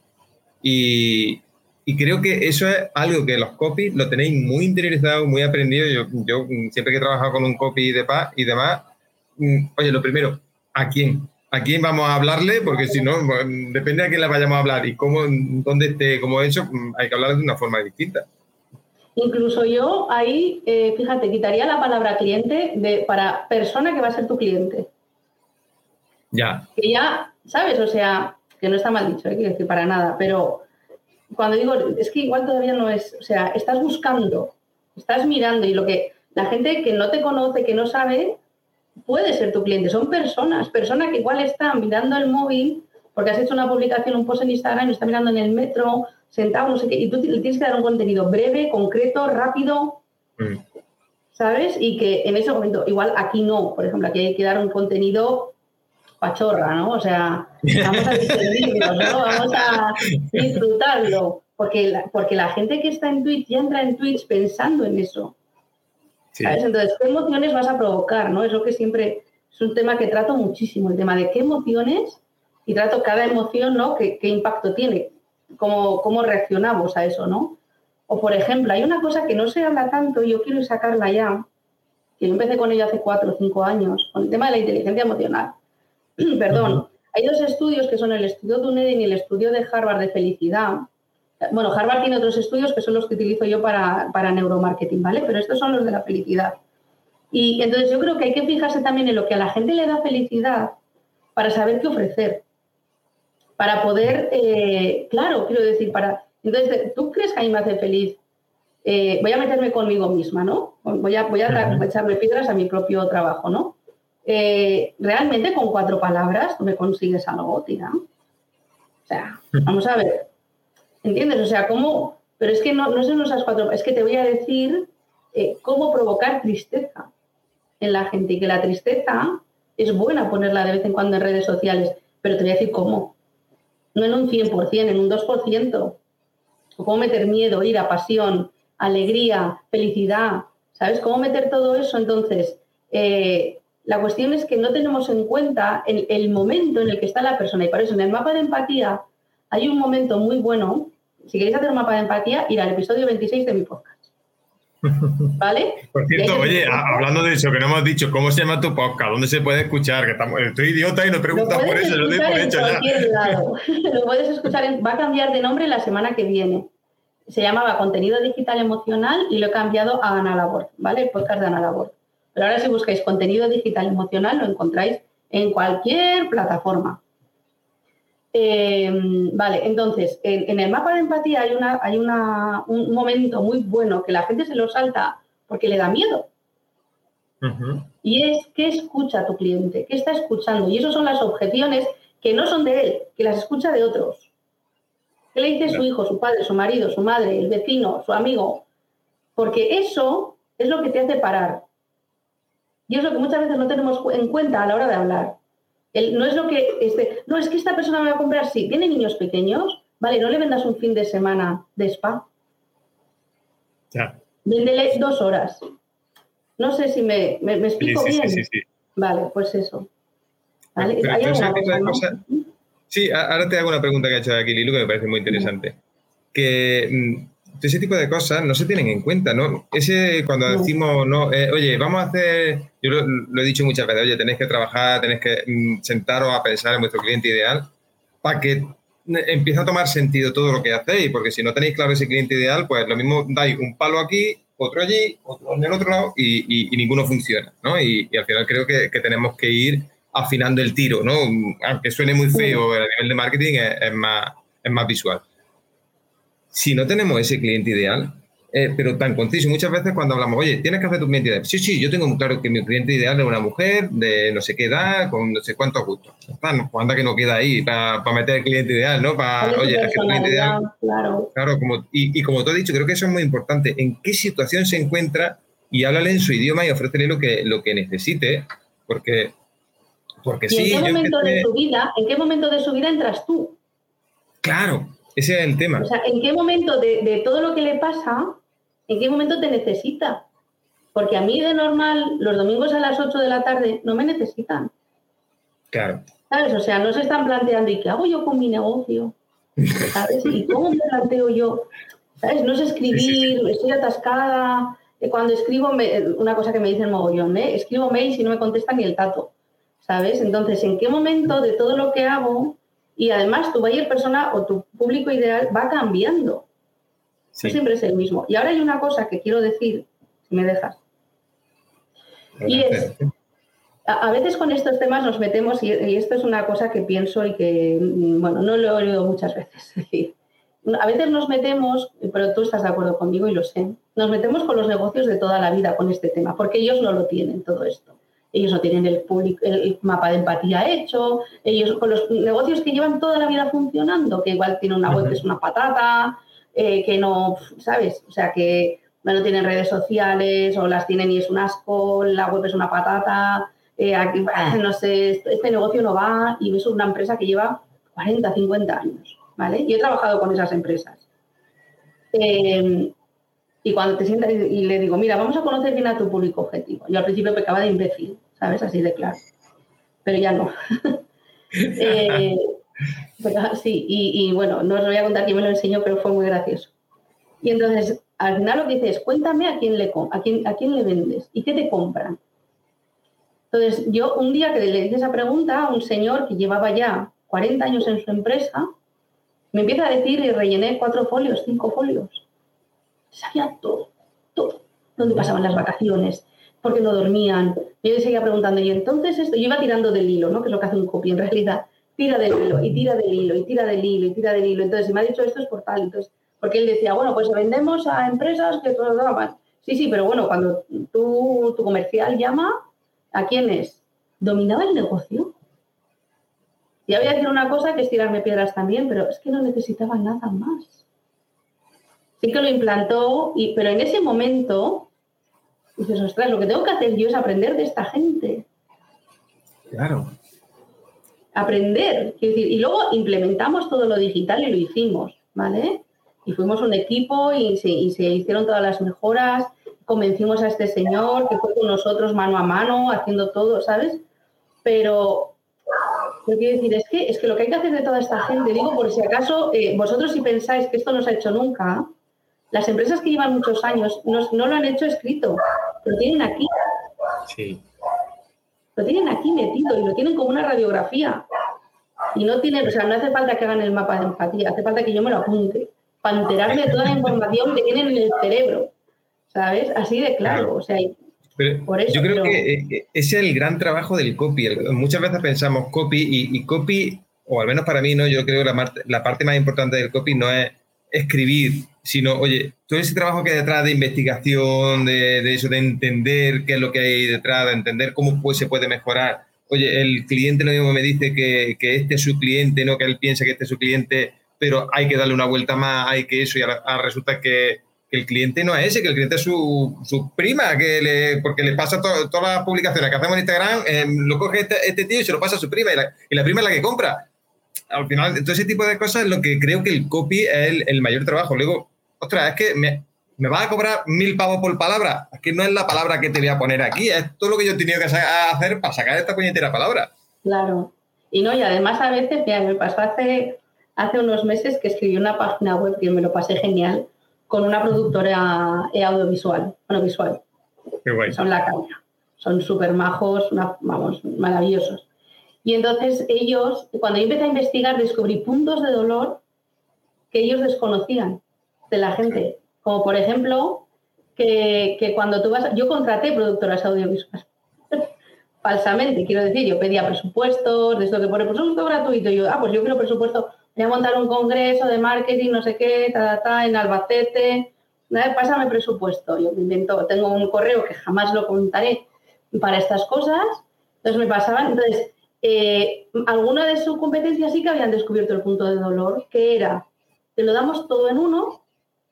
Y, y creo que eso es algo que los copy lo tenéis muy interiorizado, muy aprendido. Yo, yo siempre que he trabajado con un copy de paz y demás, oye, lo primero, ¿a quién? ¿A quién vamos a hablarle? Porque si no, depende a quién le vayamos a hablar y cómo, dónde esté, como eso, hay que hablar de una forma distinta. Incluso yo ahí, eh, fíjate, quitaría la palabra cliente de, para persona que va a ser tu cliente. Ya. Que ya, ¿sabes? O sea, que no está mal dicho, ¿eh? Quiero decir, para nada, pero cuando digo, es que igual todavía no es, o sea, estás buscando, estás mirando y lo que la gente que no te conoce, que no sabe, puede ser tu cliente, son personas, personas que igual están mirando el móvil porque has hecho una publicación, un post en Instagram y está mirando en el metro, sentado, no sé qué, y tú le tienes que dar un contenido breve, concreto, rápido, mm. ¿sabes? Y que en ese momento, igual aquí no, por ejemplo, aquí hay que dar un contenido pachorra, ¿no? O sea, vamos a distinguirnos, ¿no? Vamos a disfrutarlo, porque la, porque la gente que está en Twitch ya entra en Twitch pensando en eso. Sí. ¿Sabes? Entonces, ¿qué emociones vas a provocar? ¿No? Es lo que siempre es un tema que trato muchísimo, el tema de qué emociones, y trato cada emoción, ¿no? ¿Qué, qué impacto tiene? Cómo, cómo reaccionamos a eso, ¿no? O, por ejemplo, hay una cosa que no se habla tanto y yo quiero sacarla ya, que yo empecé con ello hace cuatro o cinco años, con el tema de la inteligencia emocional. Perdón, uh-huh. hay dos estudios que son el estudio Dunedin y el estudio de Harvard de felicidad. Bueno, Harvard tiene otros estudios que son los que utilizo yo para, para neuromarketing, ¿vale? Pero estos son los de la felicidad. Y entonces yo creo que hay que fijarse también en lo que a la gente le da felicidad para saber qué ofrecer. Para poder, eh, claro, quiero decir, para... Entonces, ¿tú crees que a mí me hace feliz? Eh, voy a meterme conmigo misma, ¿no? Voy a, voy a uh-huh. echarme piedras a mi propio trabajo, ¿no? Eh, realmente con cuatro palabras tú me consigues algo, tía. O sea, vamos a ver. ¿Entiendes? O sea, ¿cómo? Pero es que no, no son esas cuatro... Es que te voy a decir eh, cómo provocar tristeza en la gente y que la tristeza es buena ponerla de vez en cuando en redes sociales, pero te voy a decir cómo. No en un cien por ciento, en un dos por ciento. O cómo meter miedo, ira, pasión, alegría, felicidad. ¿Sabes? Cómo meter todo eso. Entonces, eh, la cuestión es que no tenemos en cuenta el, el momento en el que está la persona. Y por eso en el mapa de empatía hay un momento muy bueno. Si queréis hacer un mapa de empatía, ir al episodio veintiséis de mi podcast. ¿Vale? Por cierto, oye, hablando de eso, que no hemos dicho, ¿cómo se llama tu podcast? ¿Dónde se puede escuchar? Que estamos, estoy idiota y no preguntas por eso, lo doy por hecho ya. Lado. Lo puedes escuchar, en, va a cambiar de nombre la semana que viene. Se llamaba Contenido Digital Emocional y lo he cambiado a Ana Labor, ¿vale? El podcast de Ana Labor. Pero ahora si buscáis Contenido Digital Emocional lo encontráis en cualquier plataforma. Eh, vale, entonces, en, en el mapa de empatía hay, una, hay una, un momento muy bueno que la gente se lo salta porque le da miedo. Uh-huh. Y es qué escucha tu cliente, qué está escuchando. Y esas son las objeciones que no son de él, que las escucha de otros. ¿Qué le dice claro. su hijo, su padre, su marido, su madre, el vecino, su amigo? Porque eso es lo que te hace parar. Y es lo que muchas veces no tenemos en cuenta a la hora de hablar. El, no es lo que... Este, no, es que esta persona me va a comprar, sí, tiene niños pequeños, vale, no le vendas un fin de semana de spa. Ya. Véndele dos horas. No sé si me, me, me explico sí, sí, bien. Sí, sí, sí. Vale, pues eso. ¿Vale? Pero, ¿Hay pero alguna cosa, cosa, ¿no? Sí, ahora te hago una pregunta que ha hecho aquí Lilu que me parece muy interesante. Que mm, ese tipo de cosas no se tienen en cuenta, ¿no? Ese, cuando no. decimos, no, eh, oye, vamos a hacer, yo lo, lo he dicho muchas veces, oye, tenéis que trabajar, tenéis que mm, sentaros a pensar en vuestro cliente ideal para que empiece a tomar sentido todo lo que hacéis, porque si no tenéis claro ese cliente ideal, pues lo mismo dais un palo aquí, otro allí, otro en el otro lado y, y, y ninguno funciona, ¿no? Y, y al final creo que, que tenemos que ir afinando el tiro, ¿no? Aunque suene muy feo, a nivel de marketing es, es, más, es más visual. Si no tenemos ese cliente ideal, eh, pero tan conciso, muchas veces cuando hablamos, oye, tienes que hacer tu cliente ideal. Sí, sí, yo tengo muy claro que mi cliente ideal es una mujer de no sé qué edad, con no sé cuántos gustos. Pues anda que no queda ahí para pa meter el cliente ideal, ¿no? Para, oye, es que el cliente ideal. Claro. Claro, como, y, y como tú has dicho, creo que eso es muy importante. ¿En qué situación se encuentra? Y háblale en su idioma y ofrécele lo que, lo que necesite, porque. Porque ¿Y sí, en qué momento empecé... de su vida, en qué momento de su vida entras tú? Claro, ese es el tema. O sea, ¿en qué momento de, de todo lo que le pasa, en qué momento te necesita? Porque a mí de normal, los domingos a las ocho de la tarde no me necesitan. Claro. ¿Sabes? O sea, no se están planteando, ¿y qué hago yo con mi negocio? ¿Sabes? ¿Y cómo me planteo yo? ¿Sabes? No sé escribir, sí, sí, sí. Estoy atascada. Cuando escribo, me, una cosa que me dicen mogollón, ¿eh? Escribo mails y no me contesta ni el tato. ¿Sabes? Entonces, ¿en qué momento de todo lo que hago? Y además, tu buyer persona o tu público ideal va cambiando. Sí. No siempre es el mismo. Y ahora hay una cosa que quiero decir, si me dejas. Y es, a, a veces con estos temas nos metemos, y, y esto es una cosa que pienso y que, bueno, no lo he oído muchas veces. Es decir, a veces nos metemos, pero tú estás de acuerdo conmigo y lo sé, nos metemos con los negocios de toda la vida con este tema, porque ellos no lo tienen todo esto. Ellos no tienen el, público, el mapa de empatía hecho, ellos con los negocios que llevan toda la vida funcionando, que igual tiene una web que es una patata, eh, que no, ¿sabes? O sea, que no tienen redes sociales o las tienen y es un asco, la web es una patata, eh, aquí, no sé, este negocio no va y es una empresa que lleva cuarenta, cincuenta años, ¿vale? Y he trabajado con esas empresas. Eh, Y cuando te sientas y le digo, mira, vamos a conocer bien a tu público objetivo. Yo al principio pecaba de imbécil, ¿sabes? Así de claro. Pero ya no. eh, pero, sí, y, y bueno, no os voy a contar quién me lo enseñó, pero fue muy gracioso. Y entonces, al final lo que dices es, cuéntame a quién le, a quién, a quién le vendes y qué te compran. Entonces, yo un día que le hice esa pregunta a un señor que llevaba ya cuarenta años en su empresa, me empieza a decir y rellené cuatro folios, cinco folios. Sabía todo, todo. Dónde pasaban las vacaciones, por qué no dormían. Yo le seguía preguntando, y entonces esto, yo iba tirando del hilo, ¿no? Que es lo que hace un copy en realidad. Tira del hilo, y tira del hilo, y tira del hilo, y tira del hilo. Entonces, si me ha dicho esto es por tal. Entonces, porque él decía, bueno, pues vendemos a empresas que todo lo daban. Sí, sí, pero bueno, cuando tú, tu comercial llama, ¿a quién es? ¿Dominaba el negocio? Ya voy a decir una cosa que es tirarme piedras también, pero es que no necesitaba nada más. Sí que lo implantó, y, pero en ese momento dices, ostras, lo que tengo que hacer yo es aprender de esta gente. Claro. Aprender, quiero decir, y luego implementamos todo lo digital y lo hicimos, ¿vale? Y fuimos un equipo y se, y se hicieron todas las mejoras, convencimos a este señor que fue con nosotros mano a mano, haciendo todo, ¿sabes? Pero, yo quiero decir, es que, es que lo que hay que hacer de toda esta gente, digo, por si acaso, eh, vosotros si pensáis que esto no se ha hecho nunca, las empresas que llevan muchos años no, no lo han hecho escrito, lo tienen aquí. Sí. Lo tienen aquí metido y lo tienen como una radiografía. Y no tienen, o sea, no hace falta que hagan el mapa de empatía, hace falta que yo me lo apunte para enterarme de toda la información que tienen en el cerebro, ¿sabes? Así de claro, o sea, pero por eso, yo creo pero... que ese es el gran trabajo del copy. Muchas veces pensamos copy y, y copy, o al menos para mí, ¿no? Yo creo que la, la parte más importante del copy no es escribir, sino, oye, todo ese trabajo que hay detrás de investigación, de, de eso, de entender qué es lo que hay detrás, de entender cómo pues, se puede mejorar. Oye, el cliente lo mismo me dice que, que este es su cliente, no que él piensa que este es su cliente, pero hay que darle una vuelta más, hay que eso, y ahora, ahora resulta que, que el cliente no es ese, que el cliente es su, su prima, que le, porque le pasa to, todas las publicaciones que hacemos en Instagram, eh, lo coge este, este tío y se lo pasa a su prima, y la, y la prima es la que compra. Al final, todo ese tipo de cosas es lo que creo que el copy es el, el mayor trabajo. Luego, ostras, es que me, me vas a cobrar mil pavos por palabra. Es que no es la palabra que te voy a poner aquí, es todo lo que yo he tenido que hacer para sacar esta puñetera palabra. Claro. Y no, y además a veces, mira, me pasó hace, hace unos meses que escribí una página web que me lo pasé genial con una productora audiovisual, bueno, visual. Qué guay. Son la caña. Son súper majos, una, vamos, maravillosos. Y entonces ellos, cuando yo empecé a investigar, descubrí puntos de dolor que ellos desconocían de la gente. Como por ejemplo, que, que cuando tú vas... Yo contraté productoras audiovisuales. Falsamente, quiero decir. Yo pedía presupuestos, de esto que pone presupuesto gratuito. Y yo, ah, pues yo quiero presupuesto. Voy a montar un congreso de marketing, no sé qué, ta, ta, ta, en Albacete. Pásame presupuesto. Yo me invento, tengo un correo que jamás lo contaré para estas cosas. Entonces me pasaban... Entonces, Eh, alguna de sus competencias sí que habían descubierto el punto de dolor, que era, te lo damos todo en uno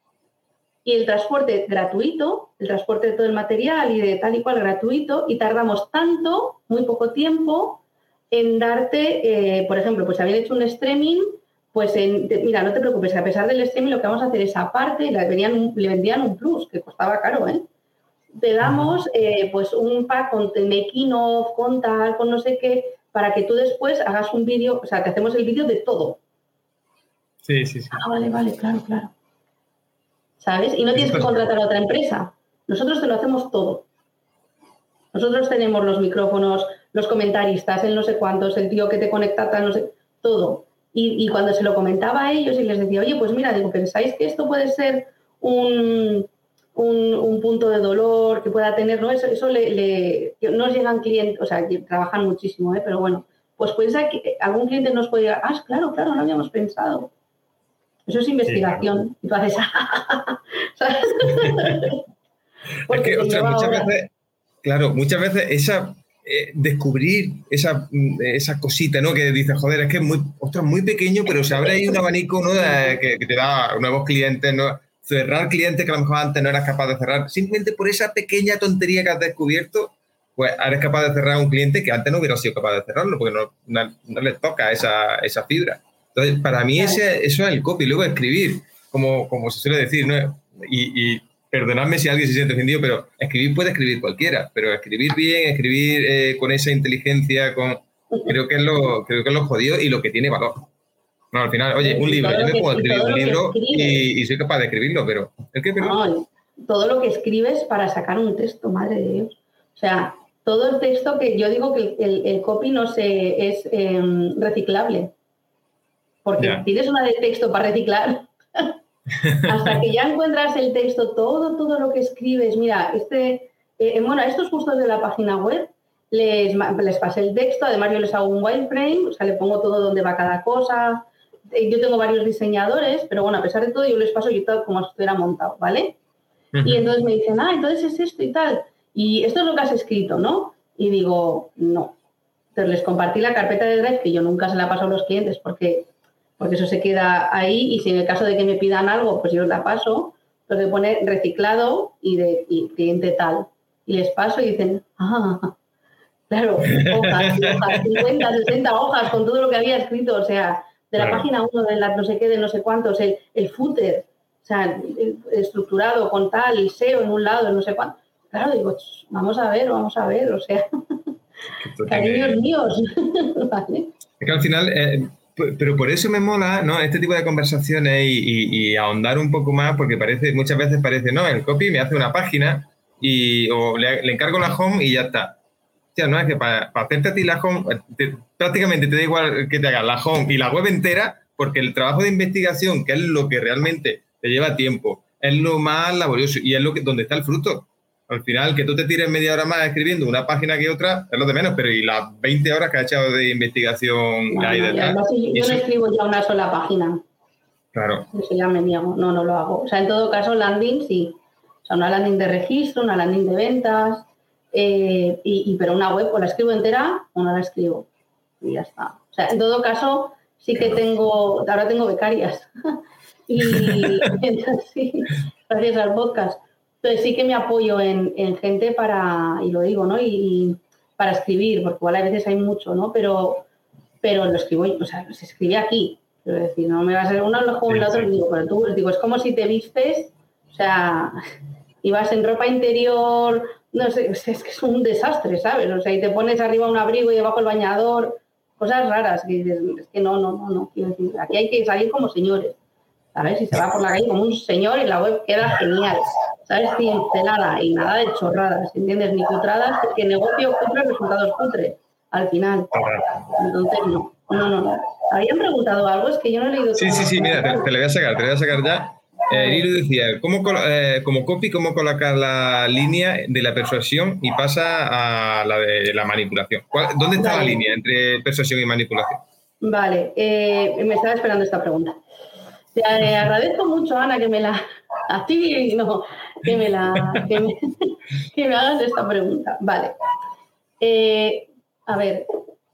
y el transporte gratuito, el transporte de todo el material y de tal y cual gratuito, y tardamos tanto, muy poco tiempo, en darte, eh, por ejemplo, pues habían hecho un streaming, pues en, de, mira, no te preocupes, que a pesar del streaming lo que vamos a hacer es aparte, le, venían, le vendían un plus, que costaba caro, ¿eh? Te damos eh, pues un pack con making of, con tal, con no sé qué, para que tú después hagas un vídeo, o sea, que hacemos el vídeo de todo. Sí, sí, sí. Ah, vale, vale, claro, claro. ¿Sabes? Y no tienes que contratar a otra empresa. Nosotros te lo hacemos todo. Nosotros tenemos los micrófonos, los comentaristas, el no sé cuántos, el tío que te conecta, no sé, todo. Y, y cuando se lo comentaba a ellos y les decía, oye, pues mira, digo, ¿pensáis que esto puede ser un... Un, un punto de dolor que pueda tener, ¿no? Eso, eso le, le, nos llegan clientes, o sea, que trabajan muchísimo, ¿eh? Pero bueno, pues piensa que algún cliente nos puede decir, ah, claro, claro, no habíamos pensado. Eso es investigación. Sí, claro. Y tú haces, ¿sabes? Es que, ostras, muchas ahora. veces, claro, muchas veces esa, eh, descubrir esa, esa cosita, ¿no? Que dices, joder, es que es muy, ostras, muy pequeño, pero se abre ahí un abanico, ¿no? De, que, que te da nuevos clientes, ¿no? Cerrar clientes que a lo mejor antes no eras capaz de cerrar, simplemente por esa pequeña tontería que has descubierto, pues eres capaz de cerrar a un cliente que antes no hubiera sido capaz de cerrarlo, porque no, no, no le toca esa, esa fibra. Entonces, para mí ese, eso es el copy. Luego escribir, como, como se suele decir, ¿no? Y, y perdonadme si alguien se siente ofendido, pero escribir puede escribir cualquiera, pero escribir bien, escribir eh, con esa inteligencia, con, creo, que es lo, creo que es lo jodido y lo que tiene valor. No, al final, oye, un libro, yo me puedo escribir un libro y, y soy capaz de escribirlo, pero... ¿el qué, pero? No, todo lo que escribes para sacar un texto, madre de Dios. O sea, todo el texto que yo digo que el, el copy no se, es eh, reciclable. Porque yeah. tienes una de texto para reciclar. Hasta que ya encuentras el texto, todo, todo lo que escribes. Mira, este, eh, bueno, a estos justos de la página web les, les pasé el texto, además yo les hago un wireframe, o sea, le pongo todo donde va cada cosa. Yo tengo varios diseñadores, pero bueno, a pesar de todo, yo les paso yo todo como si estuviera montado, ¿vale? Uh-huh. Y entonces me dicen, ah, entonces es esto y tal. Y esto es lo que has escrito, ¿no? Y digo, no. Entonces les compartí la carpeta de Drive, que yo nunca se la paso a los clientes porque, porque eso se queda ahí, y si en el caso de que me pidan algo, pues yo la paso, pues le pone reciclado y de y cliente tal. Y les paso y dicen, ah, claro, hojas, hojas, cincuenta, sesenta hojas con todo lo que había escrito, o sea, de la claro. página uno, de la no sé qué, de no sé cuántos, el, el footer, o sea, el, estructurado con tal, el S E O en un lado, no sé cuánto. Claro, digo, vamos a ver, vamos a ver, o sea, cariños míos. ¿Vale? Es que al final, eh, pero por eso me mola, ¿no? Este tipo de conversaciones y, y, y ahondar un poco más, porque parece, muchas veces parece, no, el copy me hace una página y, o le, le encargo la home y ya está. O sea, no, es que para, para hacerte a ti la home, te, prácticamente te da igual que te hagas la home y la web entera, porque el trabajo de investigación, que es lo que realmente te lleva tiempo, es lo más laborioso y es lo que, donde está el fruto. Al final, que tú te tires media hora más escribiendo una página que otra, es lo de menos, pero y las veinte horas que has echado de investigación no, ahí no, detrás. No, yo eso... no escribo ya una sola página. Claro. Eso ya me niego, no, no lo hago. O sea, en todo caso, landing sí. O sea, una landing de registro, una landing de ventas, eh, y, y, pero una web o la escribo entera o no la escribo. Y ya está. O sea, en todo caso, sí que tengo, ahora tengo becarias. y entonces, sí, gracias al podcast. Entonces sí que me apoyo en, en gente para, y lo digo, ¿no? Y, y para escribir, porque igual a veces hay mucho, ¿no? Pero, pero lo escribo, o sea, se escribe aquí. Quiero decir, no me va a ser uno, lo juego en el otro, y digo, pero tú, digo, es como si te vistes, o sea, y vas en ropa interior, no sé, es que es un desastre, ¿sabes? O sea, y te pones arriba un abrigo y debajo el bañador, cosas raras, que dices, es que no, no, no, no, quiero decir, aquí hay que salir como señores, ¿sabes? Y se va por la calle como un señor y la web queda genial. ¿Sabes? Cincelada y nada de chorradas, ¿entiendes? Ni cutradas, porque negocio cutre, resultados cutre, al final. Entonces, no, no, no, no. ¿Habían preguntado algo? Es que yo no he leído... Sí, sí, sí, mira, te, te lo voy a sacar, te lo voy a sacar ya. Eh, Lilo decía, ¿cómo, eh, como copy, ¿cómo colocar la línea de la persuasión y pasa a la de la manipulación? ¿Dónde está vale. la línea entre persuasión y manipulación? Vale, eh, me estaba esperando esta pregunta. Te eh, agradezco mucho, Ana, que me la... A ti, no, que me la... Que me, que me hagas esta pregunta. Vale. Eh, a ver.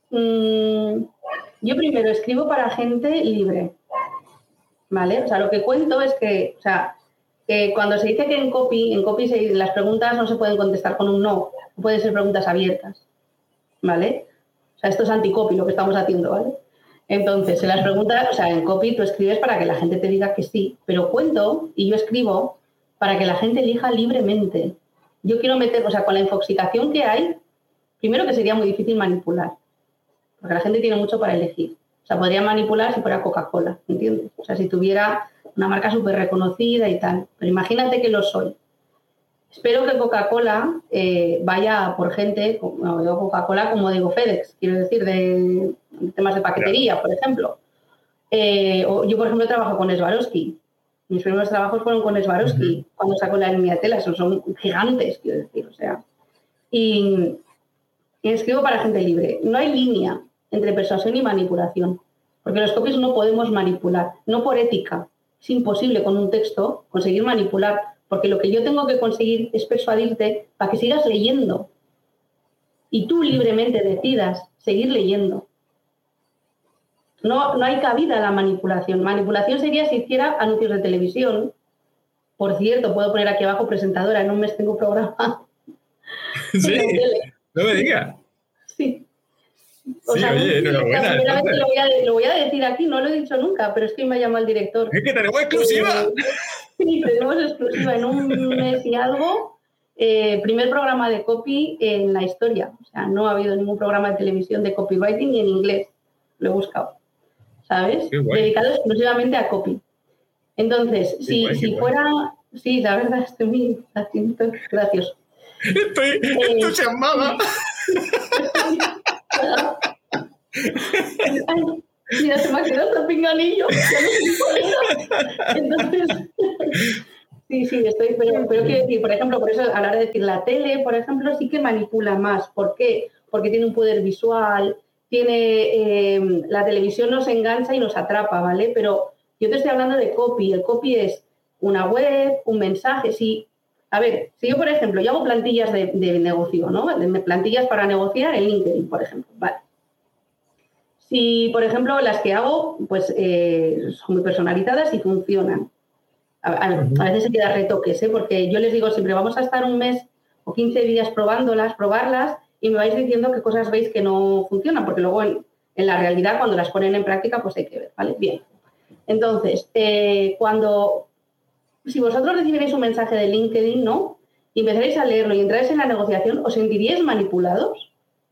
Mmm, yo primero escribo para gente libre. ¿Vale? O sea, lo que cuento es que... O sea, que cuando se dice que en copy, en copy se, las preguntas no se pueden contestar con un no. Pueden ser preguntas abiertas. ¿Vale? O sea, esto es anti-copy lo que estamos haciendo, ¿vale? Entonces, en las preguntas, o sea, en copy tú escribes para que la gente te diga que sí, pero cuento y yo escribo para que la gente elija libremente. Yo quiero meter, o sea, con la infoxicación que hay, primero que sería muy difícil manipular, porque la gente tiene mucho para elegir. O sea, podría manipular si fuera Coca-Cola, ¿entiendes? O sea, si tuviera una marca súper reconocida y tal, pero imagínate que lo soy. Espero que Coca-Cola eh, vaya por gente, no digo Coca-Cola como digo FedEx, quiero decir, de, de temas de paquetería, por ejemplo. Eh, o yo, por ejemplo, trabajo con Swarovski. Mis primeros trabajos fueron con Swarovski, uh-huh. cuando sacó la línea de tela, son, son gigantes, quiero decir, o sea. Y, y escribo para gente libre. No hay línea entre persuasión y manipulación, porque los copies no podemos manipular, no por ética. Es imposible con un texto conseguir manipular, porque lo que yo tengo que conseguir es persuadirte para que sigas leyendo y tú libremente decidas seguir leyendo. No, no hay cabida a la manipulación. Manipulación sería si hiciera anuncios de televisión. Por cierto, puedo poner aquí abajo presentadora, en un mes tengo programa. Sí, no me digas. Sí. O sí, sea, oye, enhorabuena. La primera vez que lo voy, a, lo voy a decir aquí, no lo he dicho nunca, pero es que me ha llamado el director. ¡Es que tenemos exclusiva! Eh, sí, tenemos exclusiva en un mes y algo. Eh, primer programa de copy en la historia. O sea, no ha habido ningún programa de televisión de copywriting ni en inglés. Lo he buscado. ¿Sabes? Dedicado exclusivamente a copy. Entonces, qué si, guay, si fuera... Sí, la verdad, estoy muy gracioso. Estoy Eh, entusiasmada. Ay, mira, se me ha quedado el pinganillo. Ya no soy colega. Entonces, sí, sí, estoy, pero, pero quiero decir, por ejemplo, por eso a la hora de decir la tele, por ejemplo, sí que manipula más. ¿Por qué? Porque tiene un poder visual, tiene, eh, la televisión nos engancha y nos atrapa, ¿vale? Pero yo te estoy hablando de copy. El copy es una web, un mensaje. Si, a ver, si yo, por ejemplo, yo hago plantillas de, de negocio, ¿no? De plantillas para negociar en LinkedIn, por ejemplo, ¿vale? Si, por ejemplo, las que hago, pues eh, son muy personalizadas y funcionan. A, a, a veces se queda retoques, ¿eh? Porque yo les digo siempre, vamos a estar un mes o quince días probándolas, probarlas, y me vais diciendo qué cosas veis que no funcionan, porque luego en, en la realidad, cuando las ponen en práctica, pues hay que ver, ¿vale? Bien. Entonces, eh, cuando, si vosotros recibierais un mensaje de LinkedIn, ¿no? Y empezaréis a leerlo y entráis en la negociación, ¿os sentiríais manipulados?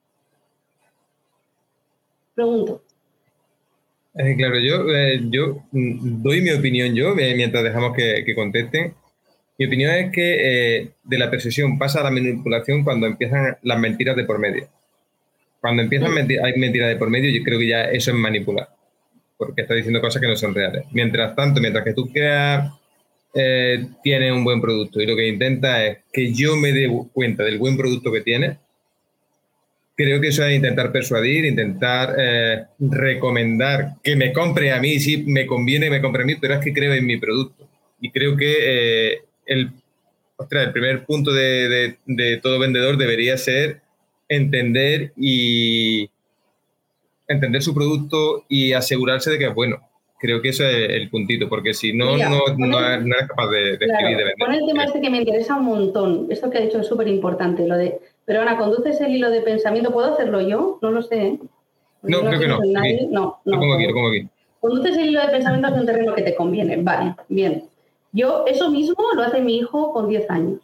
Pregunto. Eh, claro, yo, eh, yo mm, doy mi opinión yo, eh, mientras dejamos que, que contesten. Mi opinión es que eh, de la persuasión pasa a la manipulación cuando empiezan las mentiras de por medio. Cuando empiezan Mm. menti- hay mentiras de por medio, yo creo que ya eso es manipular, porque está diciendo cosas que no son reales. Mientras tanto, mientras que tú creas, eh, tienes un buen producto y lo que intenta es que yo me dé cuenta del buen producto que tienes, creo que eso es intentar persuadir, intentar eh, recomendar que me compre a mí, sí, me conviene que me compre a mí, pero es que creo en mi producto. Y creo que eh, el, ostras, el primer punto de, de, de todo vendedor debería ser entender y entender su producto y asegurarse de que es bueno. Creo que eso es el puntito, porque si no, Mira, no, con no, el- no eres capaz de, de Claro, escribir y de vender. con el tema este que me interesa un montón, esto que ha dicho es súper importante, lo de, pero Ana, ¿conduces el hilo de pensamiento? ¿Puedo hacerlo yo? No lo sé, ¿eh? No, Yo creo que no. soy nadie. Aquí. No, Lo no. pongo aquí, lo pongo aquí. Conduces el hilo de pensamiento hacia un terreno que te conviene. Vale, bien. Yo, eso mismo lo hace mi hijo con diez años.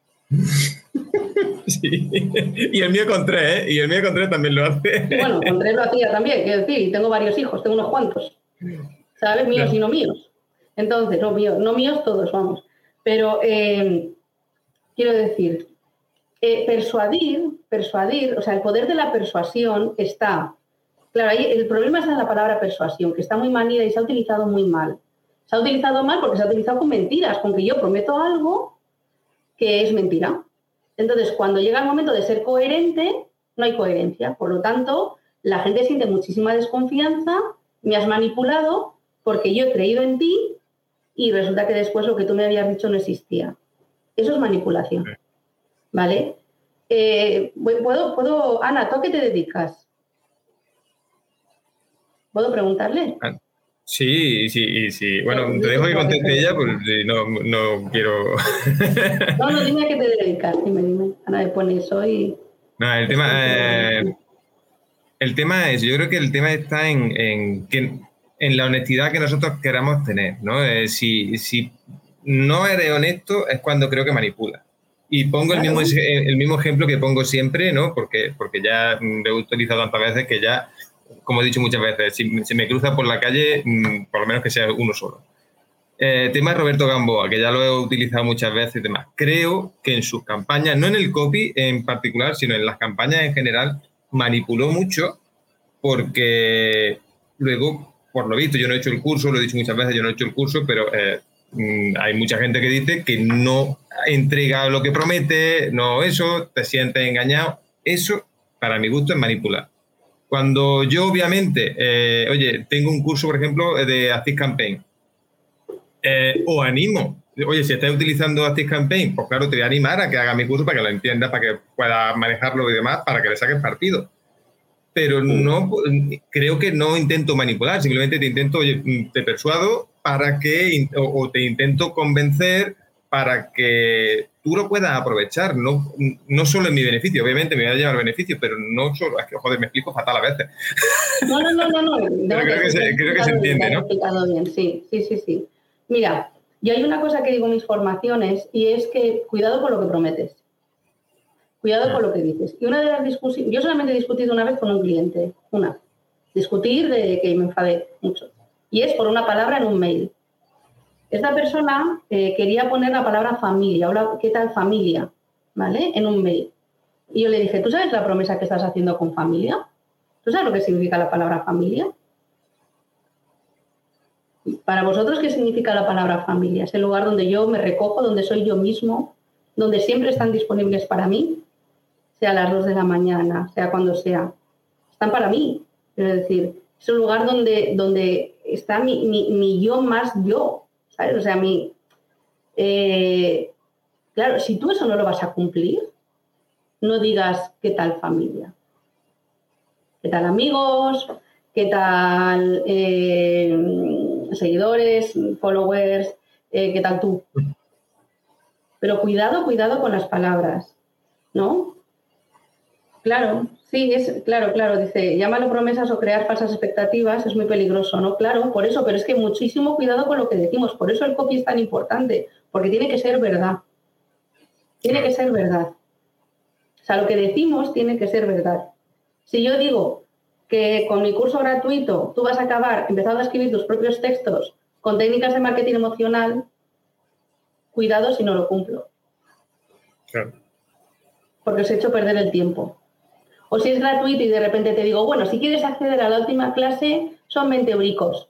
Sí. Y el mío con tres, ¿eh? Y el mío con tres también lo hace. Y bueno, con tres lo hacía también, quiero decir, y tengo varios hijos, tengo unos cuantos. ¿Sabes? Míos y no míos. Entonces, no míos, no míos todos, vamos. Pero eh, quiero decir, eh, persuadir, persuadir, o sea, el poder de la persuasión está, claro, ahí el problema está en la palabra persuasión, que está muy manida y se ha utilizado muy mal. Se ha utilizado mal porque se ha utilizado con mentiras, con que yo prometo algo que es mentira. Entonces, cuando llega el momento de ser coherente, no hay coherencia. Por lo tanto, la gente siente muchísima desconfianza, me has manipulado porque yo he creído en ti y resulta que después lo que tú me habías dicho no existía. Eso es manipulación. ¿Vale? Eh, ¿puedo, puedo, Ana, ¿tú a qué te dedicas? ¿Puedo preguntarle? Sí, sí, sí. Bueno, te dejo que conteste ella, pues no, no quiero... No, no, dime a qué te dedicas. Dime, dime. Ana me pone eso y... No, el tema... Eh, el tema es, yo creo que el tema está en, en, que, en la honestidad que nosotros queramos tener, ¿no? Eh, si, si no eres honesto es cuando creo que manipulas. Y pongo el mismo, el mismo ejemplo que pongo siempre, ¿no? Porque, porque ya lo he utilizado tantas veces que ya, como he dicho muchas veces, si se me cruza por la calle, por lo menos que sea uno solo. Eh, tema de Roberto Gamboa, que ya lo he utilizado muchas veces y demás. Creo que en sus campañas, no en el copy en particular, sino en las campañas en general, manipuló mucho porque luego, por lo visto, yo no he hecho el curso, lo he dicho muchas veces, yo no he hecho el curso, pero eh, hay mucha gente que dice que no entrega lo que promete, no eso, te sientes engañado. Eso, para mi gusto, es manipular. Cuando yo, obviamente, eh, oye, tengo un curso, por ejemplo, de ActiveCampaign, eh, o animo, oye, si estás utilizando ActiveCampaign, pues claro, te voy a animar a que haga mi curso para que lo entiendas, para que puedas manejarlo y demás, para que le saques partido. Pero no, creo que no intento manipular, simplemente te intento, oye, te persuado para que, o, o te intento convencer para que tú lo puedas aprovechar, no, no solo en mi beneficio, obviamente me voy a llevar beneficios, pero no solo, es que, joder, me explico fatal a veces. No, no, no, no, no. Pero creo que, se, creo que se entiende, ¿no? Explicado bien, sí, sí, sí, sí. Mira, yo hay una cosa que digo en mis formaciones y es que cuidado con lo que prometes. Cuidado con lo que dices. Y una de las discusiones, yo solamente he discutido una vez con un cliente, una, discutir de que me enfadé mucho. Y es por una palabra en un mail. Esta persona eh, quería poner la palabra familia, hola, ¿qué tal familia? ¿vale? En un mail. Y yo le dije, ¿tú sabes la promesa que estás haciendo con familia? ¿Tú sabes lo que significa la palabra familia? Para vosotros, ¿qué significa la palabra familia? Es el lugar donde yo me recojo, donde soy yo mismo, donde siempre están disponibles para mí, sea a las dos de la mañana, sea cuando sea. Están para mí. Es decir, es un lugar donde, donde está mi, mi, mi yo más yo, ¿sabes? O sea, mi... Eh, claro, si tú eso no lo vas a cumplir, no digas qué tal familia, qué tal amigos, qué tal eh, seguidores, followers, eh, qué tal tú. Pero cuidado, cuidado con las palabras, ¿no? Claro, sí, es claro, claro, dice, llámalo promesas o crear falsas expectativas, es muy peligroso, ¿no? Claro, por eso, pero es que muchísimo cuidado con lo que decimos, por eso el copy es tan importante, porque tiene que ser verdad, tiene que ser verdad. O sea, lo que decimos tiene que ser verdad. Si yo digo que con mi curso gratuito tú vas a acabar empezando a escribir tus propios textos con técnicas de marketing emocional, cuidado si no lo cumplo. Claro. Porque os he hecho perder el tiempo. O si es gratuito y de repente te digo, bueno, si quieres acceder a la última clase, son veinte euricos.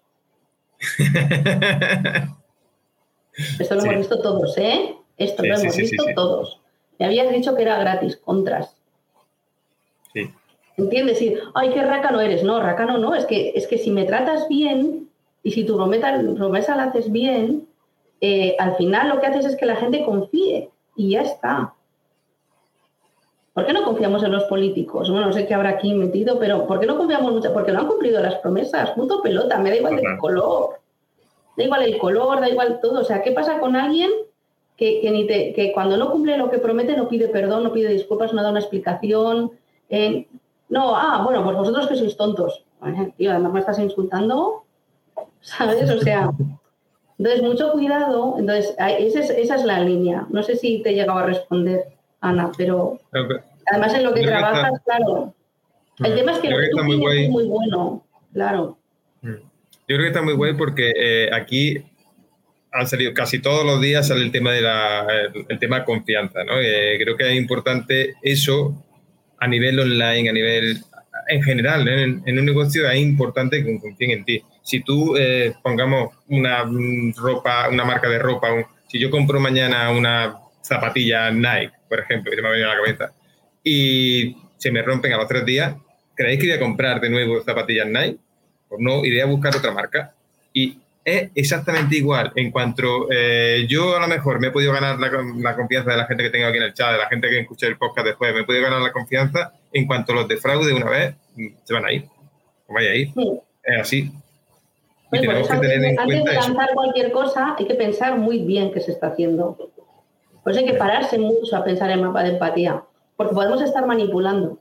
Esto lo sí. hemos visto todos, ¿eh? Esto sí, lo hemos sí, visto sí, sí. todos. Me habías dicho que era gratis, contras. Sí. ¿Entiendes? Y, ay, qué rácano eres. No, rácano no. Es que, es que si me tratas bien y si tu promesa, promesa la haces bien, eh, al final lo que haces es que la gente confíe y ya está. ¿Por qué no confiamos en los políticos? Bueno, no sé qué habrá aquí metido, pero ¿por qué no confiamos mucho? Porque no han cumplido las promesas. Punto pelota, me da igual el color. Da igual el color, da igual todo. O sea, ¿qué pasa con alguien que, que, ni te, que cuando no cumple lo que promete no pide perdón, no pide disculpas, no da una explicación? Eh, no, ah, bueno, pues vosotros que sois tontos. Ay, tío, además me estás insultando, ¿sabes? O sea, entonces mucho cuidado. Entonces, esa es, esa es la línea. No sé si te he llegado a responder, Ana, pero okay. Además en lo que trabajas, está... claro. El mm. tema es que Yo lo que tú tienes muy es muy bueno, claro. Mm. Yo creo que está muy guay porque eh, aquí han salido casi todos los días sale el tema de la el, el tema de confianza, ¿no? Eh, creo que es importante eso a nivel online, a nivel en general, ¿eh? en, en un negocio es importante que confíen en ti. Si tú eh, pongamos una ropa, una marca de ropa, un, si yo compro mañana una zapatilla Nike, por ejemplo, que se me ha venido a la cabeza, y se me rompen a los tres días, ¿creéis que voy a comprar de nuevo zapatillas Nike? Pues no, iré a buscar otra marca. Y es exactamente igual. En cuanto eh, yo a lo mejor me he podido ganar la, la confianza de la gente que tengo aquí en el chat, de la gente que escucha el podcast después, me he podido ganar la confianza, en cuanto los defraude una vez, se van a ir. O vaya a ir. Sí. Es así. Y tenemos pues que antes, tener en antes cuenta de lanzar eso. cualquier cosa, hay que pensar muy bien qué se está haciendo. Por eso hay que pararse mucho a pensar en mapa de empatía, porque podemos estar manipulando.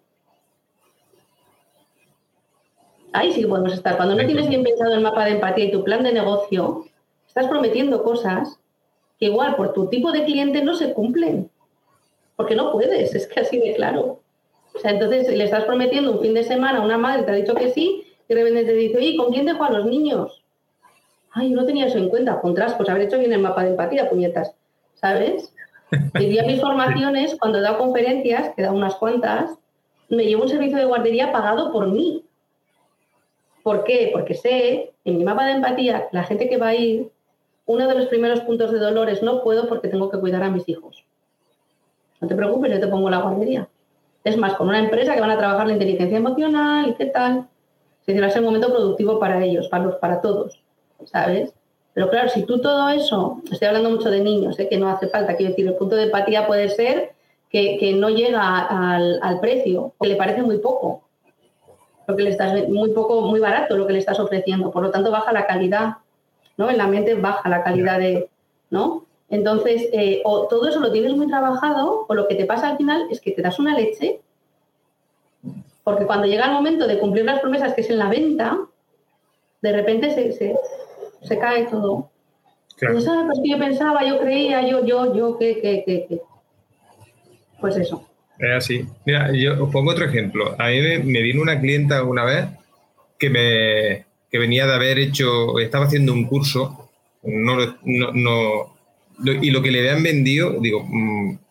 Ahí sí que podemos estar. Cuando no tienes bien pensado el mapa de empatía y tu plan de negocio, estás prometiendo cosas que igual por tu tipo de cliente no se cumplen. Porque no puedes, es que así de claro. O sea, entonces le estás prometiendo un fin de semana a una madre, te ha dicho que sí, y de repente te dice, oye, ¿con quién dejo a los niños? Ay, yo no tenía eso en cuenta. Contras, pues haber hecho bien el mapa de empatía, puñetas. ¿Sabes? Y yo mis formaciones, cuando he dado conferencias, que he dado unas cuantas, me llevo un servicio de guardería pagado por mí. ¿Por qué? Porque sé, en mi mapa de empatía, la gente que va a ir, uno de los primeros puntos de dolor es no puedo porque tengo que cuidar a mis hijos. No te preocupes, yo te pongo la guardería. Es más, con una empresa que van a trabajar la inteligencia emocional y qué tal. Es decir, va a ser un momento productivo para ellos, para, los, para todos, ¿sabes? Pero claro, si tú todo eso, estoy hablando mucho de niños, ¿eh? Que no hace falta, quiero decir, el punto de empatía puede ser que, que no llega al, al precio, que le parece muy poco. Lo que le estás muy poco, muy barato lo que le estás ofreciendo, por lo tanto baja la calidad, ¿no? En la mente baja la calidad de, ¿no? Entonces, eh, o todo eso lo tienes muy trabajado, o lo que te pasa al final es que te das una leche, porque cuando llega el momento de cumplir las promesas, que es en la venta, de repente se, se, se cae todo. Claro. Pues, ah, pues yo pensaba, yo creía, yo, yo, yo, que, que, que, que. Pues eso. Es así. Mira, yo os pongo otro ejemplo. A mí me, me vino una clienta una vez que me que venía de haber hecho, estaba haciendo un curso, no, no, no, y lo que le habían vendido, digo, mmm,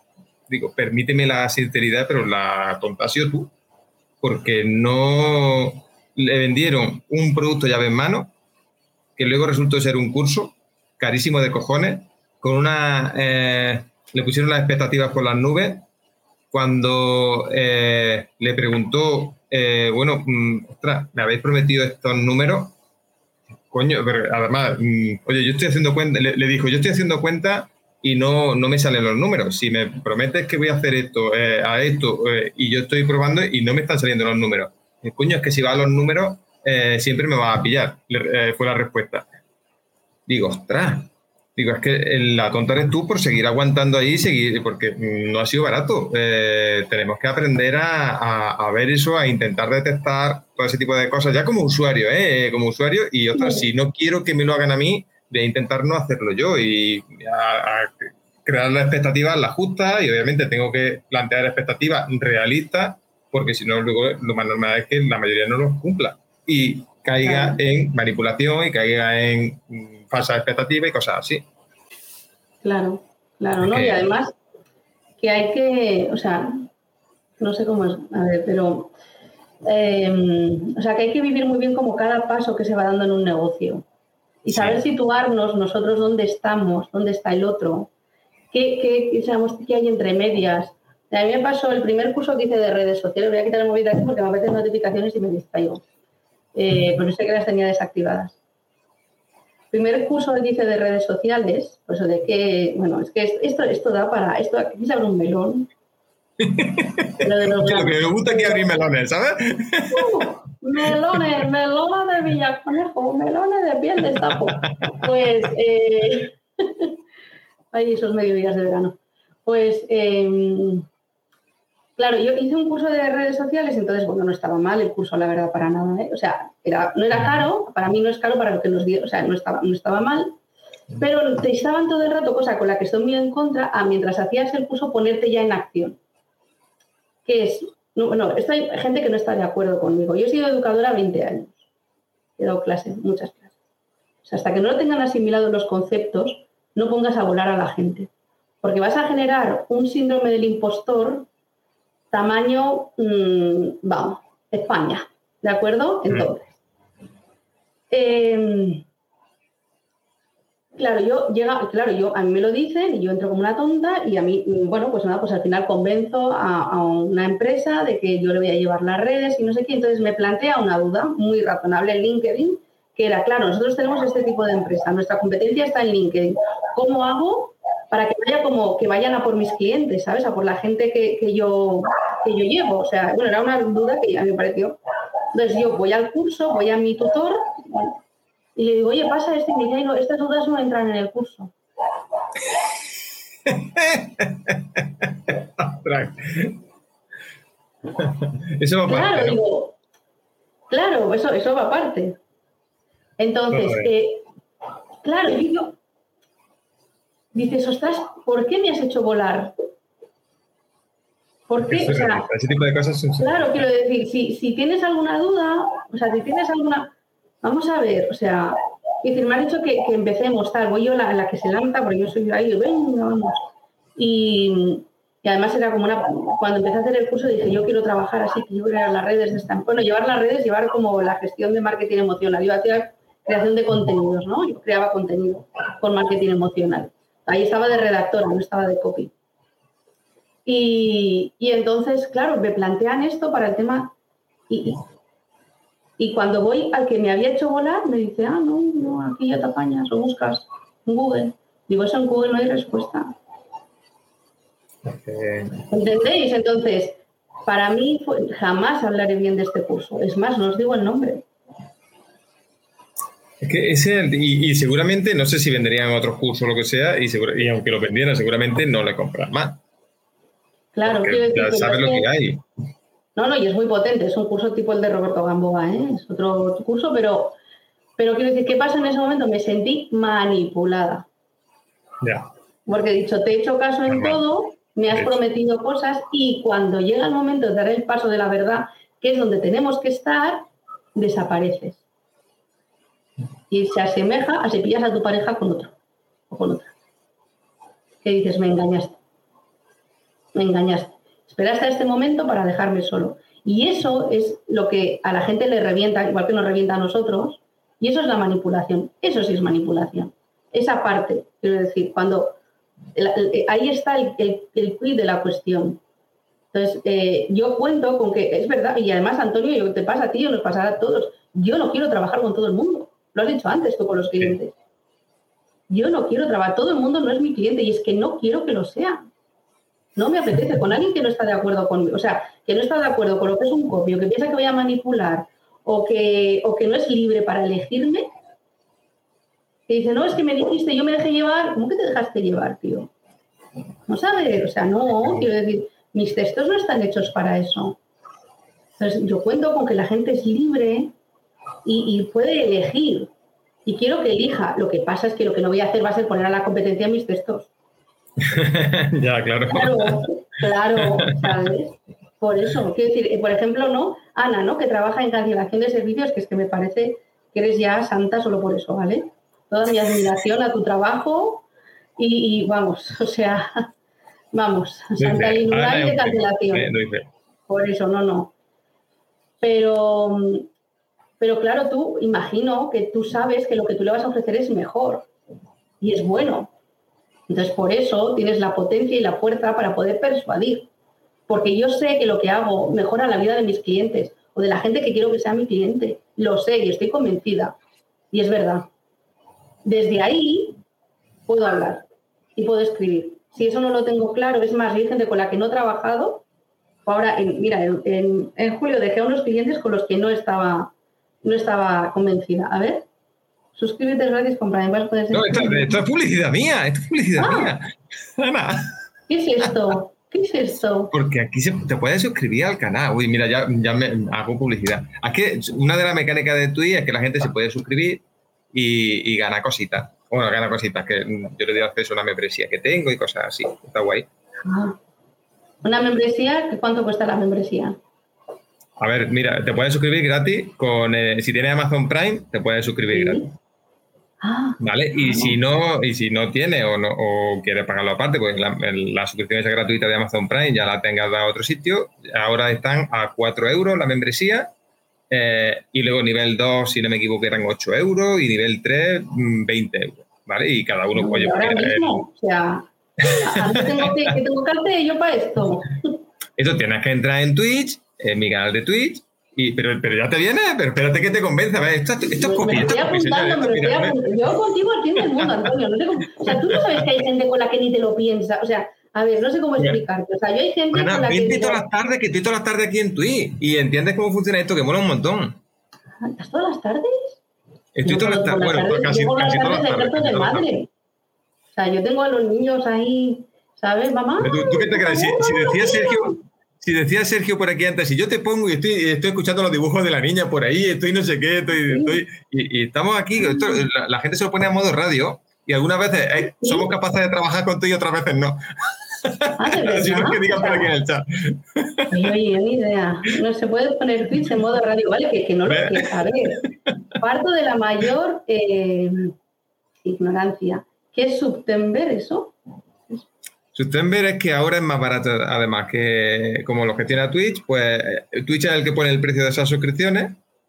digo, permíteme la sinceridad, pero la tonta has sido tú, porque no le vendieron un producto llave en mano, que luego resultó ser un curso carísimo de cojones, con una... Eh, le pusieron las expectativas por las nubes, cuando eh, le preguntó, eh, bueno, mmm, ostras, me habéis prometido estos números, coño, pero además, mmm, oye, yo estoy haciendo cuenta, le, le dijo, yo estoy haciendo cuenta y no, no me salen los números. Si me prometes que voy a hacer esto, eh, a esto, eh, y yo estoy probando y no me están saliendo los números. Y, coño, es que si va a los números, eh, siempre me va a pillar, le, eh, fue la respuesta. Digo, ostras, digo, es que la tonta eres tú por seguir aguantando ahí, seguir, porque no ha sido barato. Eh, tenemos que aprender a, a, a ver eso, a intentar detectar todo ese tipo de cosas, ya como usuario, ¿eh? Como usuario, y otras, si no quiero que me lo hagan a mí, voy a intentar no hacerlo yo y a, a crear las expectativas las justas, y obviamente tengo que plantear expectativas realistas, porque si no, luego lo más normal es que la mayoría no los cumpla y caiga en manipulación y caiga en falsas expectativas y cosas así. Claro, claro, ¿no? Okay. Y además que hay que, o sea, no sé cómo es, a ver, pero, eh, o sea, que hay que vivir muy bien como cada paso que se va dando en un negocio y saber sí. situarnos nosotros dónde estamos, dónde está el otro, qué, qué, sabemos, qué hay entre medias. A mí me pasó el primer curso que hice de redes sociales, voy a quitar el móvil de aquí porque me aparecen notificaciones y me distraigo, eh, pero sé que las tenía desactivadas. Primer curso que hice de redes sociales, pues de que, bueno, es que esto, esto da para, esto aquí se abre un melón. Lo, de los lo que me gusta aquí abrir melones, ¿sabes? Uh, melones, melones de Villaconejo, melones de piel de sapo. Pues, eh, ay, esos mediodías de verano. Pues, eh, claro, yo hice un curso de redes sociales, entonces, bueno, no estaba mal el curso, la verdad, para nada, ¿eh? O sea, era, no era caro, para mí no es caro para lo que nos dio, o sea, no estaba, no estaba mal, pero te estaban todo el rato, cosa con la que estoy muy en contra, a mientras hacías el curso ponerte ya en acción. Que es, no, bueno, esto hay gente que no está de acuerdo conmigo. Yo he sido educadora veinte años, he dado clases, muchas clases. O sea, hasta que no lo tengan asimilados los conceptos, no pongas a volar a la gente, porque vas a generar un síndrome del impostor tamaño, mmm, vamos, España, ¿de acuerdo? Entonces, eh, claro, yo llega, claro, yo a mí me lo dicen y yo entro como una tonta y a mí, bueno, pues nada, pues al final convenzo a, a una empresa de que yo le voy a llevar las redes y no sé qué, entonces me plantea una duda muy razonable en LinkedIn, que era, claro, nosotros tenemos este tipo de empresa, nuestra competencia está en LinkedIn, ¿cómo hago para que vaya como que vayan a por mis clientes, ¿sabes? A por la gente que, que yo que yo llevo, o sea, bueno, era una duda que ya me pareció. Entonces yo voy al curso, voy a mi tutor, bueno, y le digo, oye, pasa esto, y me dice, no, estas dudas no entran en el curso. Eso va claro, aparte, ¿no? Digo, claro, eso, eso va aparte. Entonces, no, eh, claro, y digo, dices, ostras, ¿por qué me has hecho volar? ¿Por qué? O sea, ese tipo de cosas son... Claro, quiero decir, si, si tienes alguna duda, o sea, si tienes alguna... Vamos a ver, o sea, es decir, me ha dicho que, que empecemos, tal, voy yo la, la que se lanza, porque yo soy ahí, venga, vamos. Y, y además era como una... Cuando empecé a hacer el curso dije, yo quiero trabajar así, que yo quiero las redes de esta... Bueno, llevar las redes, llevar como la gestión de marketing emocional. Yo hacía creación de contenidos, ¿no? Yo creaba contenido con marketing emocional. Ahí estaba de redactora, no estaba de copy. Y, y entonces, claro, me plantean esto para el tema y, y cuando voy al que me había hecho volar, me dice, ah, no, no, aquí ya te apañas o buscas en Google. Digo, eso en Google no hay respuesta. Okay. ¿Entendéis? Entonces, para mí fue, jamás hablaré bien de este curso. Es más, no os digo el nombre. Es que ese, y, y seguramente, no sé si venderían otros cursos o lo que sea, y, seguro, y aunque lo vendieran, seguramente no le compran más. Claro, quiero decir, ya sabes lo que hay. No, no, y es muy potente, es un curso tipo el de Roberto Gamboa, ¿eh? Es otro curso, pero, pero quiero decir, ¿qué pasa en ese momento? Me sentí manipulada. Ya. Porque he dicho, te he hecho caso en todo, me has prometido cosas y cuando llega el momento de dar el paso de la verdad, que es donde tenemos que estar, desapareces. Y se asemeja a si pillas a tu pareja con otro o con otra. Que dices, me engañaste. me engañaste. Esperaste a este momento para dejarme solo. Y eso es lo que a la gente le revienta, igual que nos revienta a nosotros, y eso es la manipulación. Eso sí es manipulación. Esa parte, quiero decir, cuando... El, el, ahí está el, el, el quid de la cuestión. Entonces, eh, yo cuento con que es verdad, y además, Antonio, yo, te pasa a ti o nos pasará a todos, yo no quiero trabajar con todo el mundo. Lo has dicho antes tú con los clientes. Yo no quiero trabajar, todo el mundo no es mi cliente y es que no quiero que lo sea. No me apetece con alguien que no está de acuerdo conmigo, o sea, que no está de acuerdo con lo que es un copio, que piensa que voy a manipular o que, o que no es libre para elegirme, que dice, no, es que me dijiste, yo me dejé llevar. ¿Cómo que te dejaste llevar, tío? No sabes, o sea, no, quiero decir, mis textos no están hechos para eso. Entonces, yo cuento con que la gente es libre y, y puede elegir. Y quiero que elija. Lo que pasa es que lo que no voy a hacer va a ser poner a la competencia mis textos. Ya, claro. Claro, claro, ¿sabes? Por eso, quiero decir, por ejemplo, ¿no? Ana, ¿no? Que trabaja en cancelación de servicios, que es que me parece que eres ya santa solo por eso, ¿vale? Toda mi admiración a tu trabajo y, y vamos, o sea, vamos, Santa Linulay de cancelación. Por eso, no, no. Pero, pero claro, tú, imagino que tú sabes que lo que tú le vas a ofrecer es mejor y es bueno. Entonces, por eso tienes la potencia y la fuerza para poder persuadir. Porque yo sé que lo que hago mejora la vida de mis clientes o de la gente que quiero que sea mi cliente. Lo sé y estoy convencida. Y es verdad. Desde ahí puedo hablar y puedo escribir. Si eso no lo tengo claro, es más, hay gente con la que no he trabajado. Ahora, en, mira, en, en, en julio dejé a unos clientes con los que no estaba, no estaba convencida. A ver, suscríbete gratis, compra. No, esto, esto es publicidad mía, esto es publicidad ah, mía. Ana. ¿Qué es esto? ¿Qué es esto? Porque aquí se, te puedes suscribir al canal. Uy, mira, ya, ya me hago publicidad. Es que una de las mecánicas de Twitch es que la gente se puede suscribir y, y gana cositas. Bueno, gana cositas, que yo le doy acceso a una membresía que tengo y cosas así. Está guay. Ah. ¿Una membresía? ¿Cuánto cuesta la membresía? A ver, mira, te puedes suscribir gratis. con eh, Si tienes Amazon Prime, te puedes suscribir ¿Sí? gratis. Ah, ¿Vale? Y, ah, si no, y si no tienes o, no, o quieres pagarlo aparte, pues la, la suscripción esa gratuita de Amazon Prime ya la tengas a otro sitio. Ahora están a cuatro euros la membresía. Eh, y luego nivel dos, si no me equivoco, eran ocho euros. Y nivel tres, veinte euros. ¿Vale? Y cada uno... No, oye, ahora pues, mismo, eh, o sea... ¿A mí tengo que, que tengo que hacer yo para esto? Eso tienes que entrar en Twitch, en mi canal de Twitch, y, pero, pero ya te viene, pero espérate que te convence. A ver, esto, esto es copia. Estoy apuntando, pero estoy apuntando. Yo contigo al fin del mundo, Antonio. No tengo, o sea, tú no sabes que hay gente con la que ni te lo piensa. O sea, a ver, no sé cómo explicarte. O sea, yo hay gente Ana, con la que... Estoy todas las tardes, que estoy todas las tardes aquí en Twitch y entiendes cómo funciona esto, que mola un montón. ¿Estás todas las tardes? Estoy todas las tardes, bueno, casi, casi todas las tardes. De madre. O sea, yo tengo a los niños ahí... ¿Sabes, mamá? ¿Tú, tú qué te crees? Si, si decía Sergio, si decía Sergio por aquí antes, si yo te pongo y estoy, estoy escuchando los dibujos de la niña por ahí, estoy no sé qué, estoy, ¿Sí? estoy y, y estamos aquí, esto, la, la gente se lo pone a modo radio y algunas veces eh, ¿Sí? somos capaces de trabajar con tú y otras veces no. Ah, ¿de verdad? Si no, que digan por aquí en el chat. Oye, oye, ni idea. No se puede poner Twitch en modo radio, ¿vale? Que, que no lo que a ver. Parto de la mayor eh, ignorancia. ¿Qué es September eso? September es que ahora es más barato, además, que como lo gestiona Twitch, pues Twitch es el que pone el precio de esas suscripciones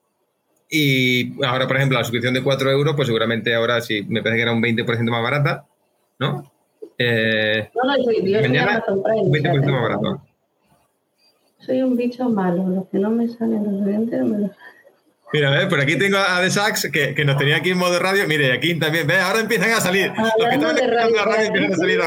y ahora, por ejemplo, la suscripción de cuatro euros, pues seguramente ahora sí, me parece que era un veinte por ciento más barata, ¿no? Eh, no, no, soy, yo mañana, soy Prime, veinte por ciento o sea, más barato. Soy un bicho malo, lo que no me salen los dientes me lo... Mira, ¿ves? Por aquí tengo a The Sax, que, que nos tenía aquí en modo radio. Mire, aquí también, ¿ves? Ahora empiezan a salir. Ah, los que estaban escuchando la radio empiezan a salir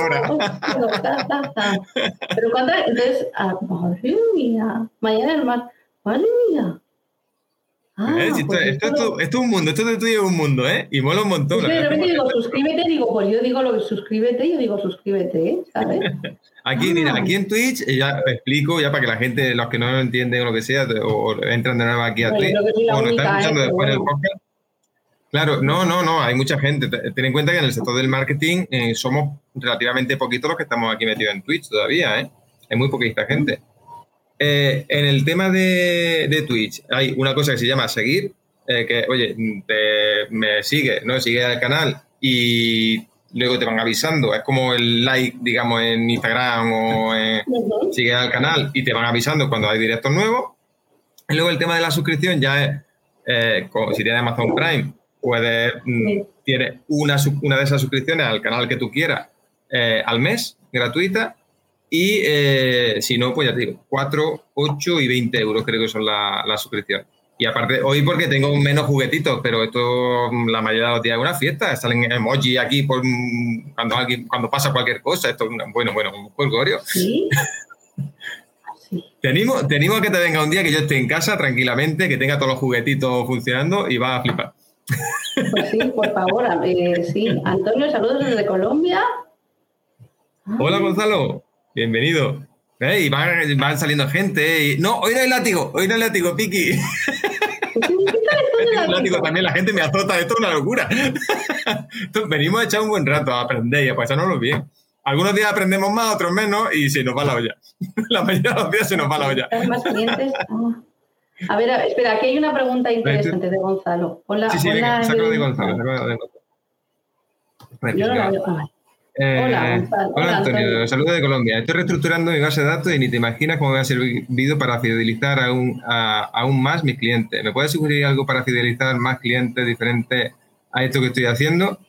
ahora. Pero cuando, entonces, ah, madre mía, mañana es más, madre mía. Ah, ¿Eh? Si pues esto, esto, esto, esto es un mundo, esto de tuyo es un mundo, ¿eh? Y mola un montón. Yo de repente digo, suscríbete, digo, pues yo digo lo que suscríbete, yo digo, suscríbete, ¿eh? ¿Sabes? Aquí, ah. mira, aquí en Twitch, ya explico, ya para que la gente, los que no lo entienden o lo que sea, o, o entran de nuevo aquí a bueno, Twitch, o nos están escuchando eh, después bueno. en el podcast. Claro, no, no, no, hay mucha gente. Ten en cuenta que en el sector del marketing eh, somos relativamente poquitos los que estamos aquí metidos en Twitch todavía, ¿eh? Hay muy poquita gente. Eh, en el tema de, de Twitch hay una cosa que se llama seguir, eh, que, oye, te, me sigue, ¿no? Sigue al canal y luego te van avisando. Es como el like, digamos, en Instagram o en, uh-huh. sigue al canal y te van avisando cuando hay directos nuevos. Y luego el tema de la suscripción ya es, eh, como si tienes Amazon Prime, puedes, sí. tienes una, una de esas suscripciones al canal que tú quieras eh, al mes, gratuita. Y eh, si no, pues ya te digo, cuatro, ocho y veinte euros creo que son las la suscripciones. Y aparte, hoy porque tengo menos juguetitos, pero esto la mayoría de los días es una fiesta. Salen emojis aquí por, cuando alguien cuando pasa cualquier cosa. Esto, bueno, bueno, un jolgorio. ¿Sí? Sí. Te animo, te animo a que te venga un día que yo esté en casa tranquilamente, que tenga todos los juguetitos funcionando y vas a flipar. Pues sí, por favor. Eh, sí. Antonio, saludos desde Colombia. Hola, Gonzalo. Bienvenido. ¿Eh? Y van, van saliendo gente. Y... No, hoy no hay látigo. Hoy no hay látigo, Piki. El látigo también, la gente me azota. Esto es una locura. Entonces, venimos a echar un buen rato a aprender y a pasárnoslo bien. Algunos días aprendemos más, otros menos y se nos va la olla. La mayoría de los días se nos va la olla. Más clientes. A ver, espera, aquí hay una pregunta interesante de Gonzalo. Hola, sí, sí, hola, sácalo de Gonzalo. Sácalo de Gonzalo. Yo no la veo. Eh, hola, Gonzalo. Hola, Hola, Antonio. Antonio. Saludos de Colombia. Estoy reestructurando mi base de datos y ni te imaginas cómo me ha servido para fidelizar aún, a, aún más mis clientes. ¿Me puedes sugerir algo para fidelizar más clientes diferentes a esto que estoy haciendo?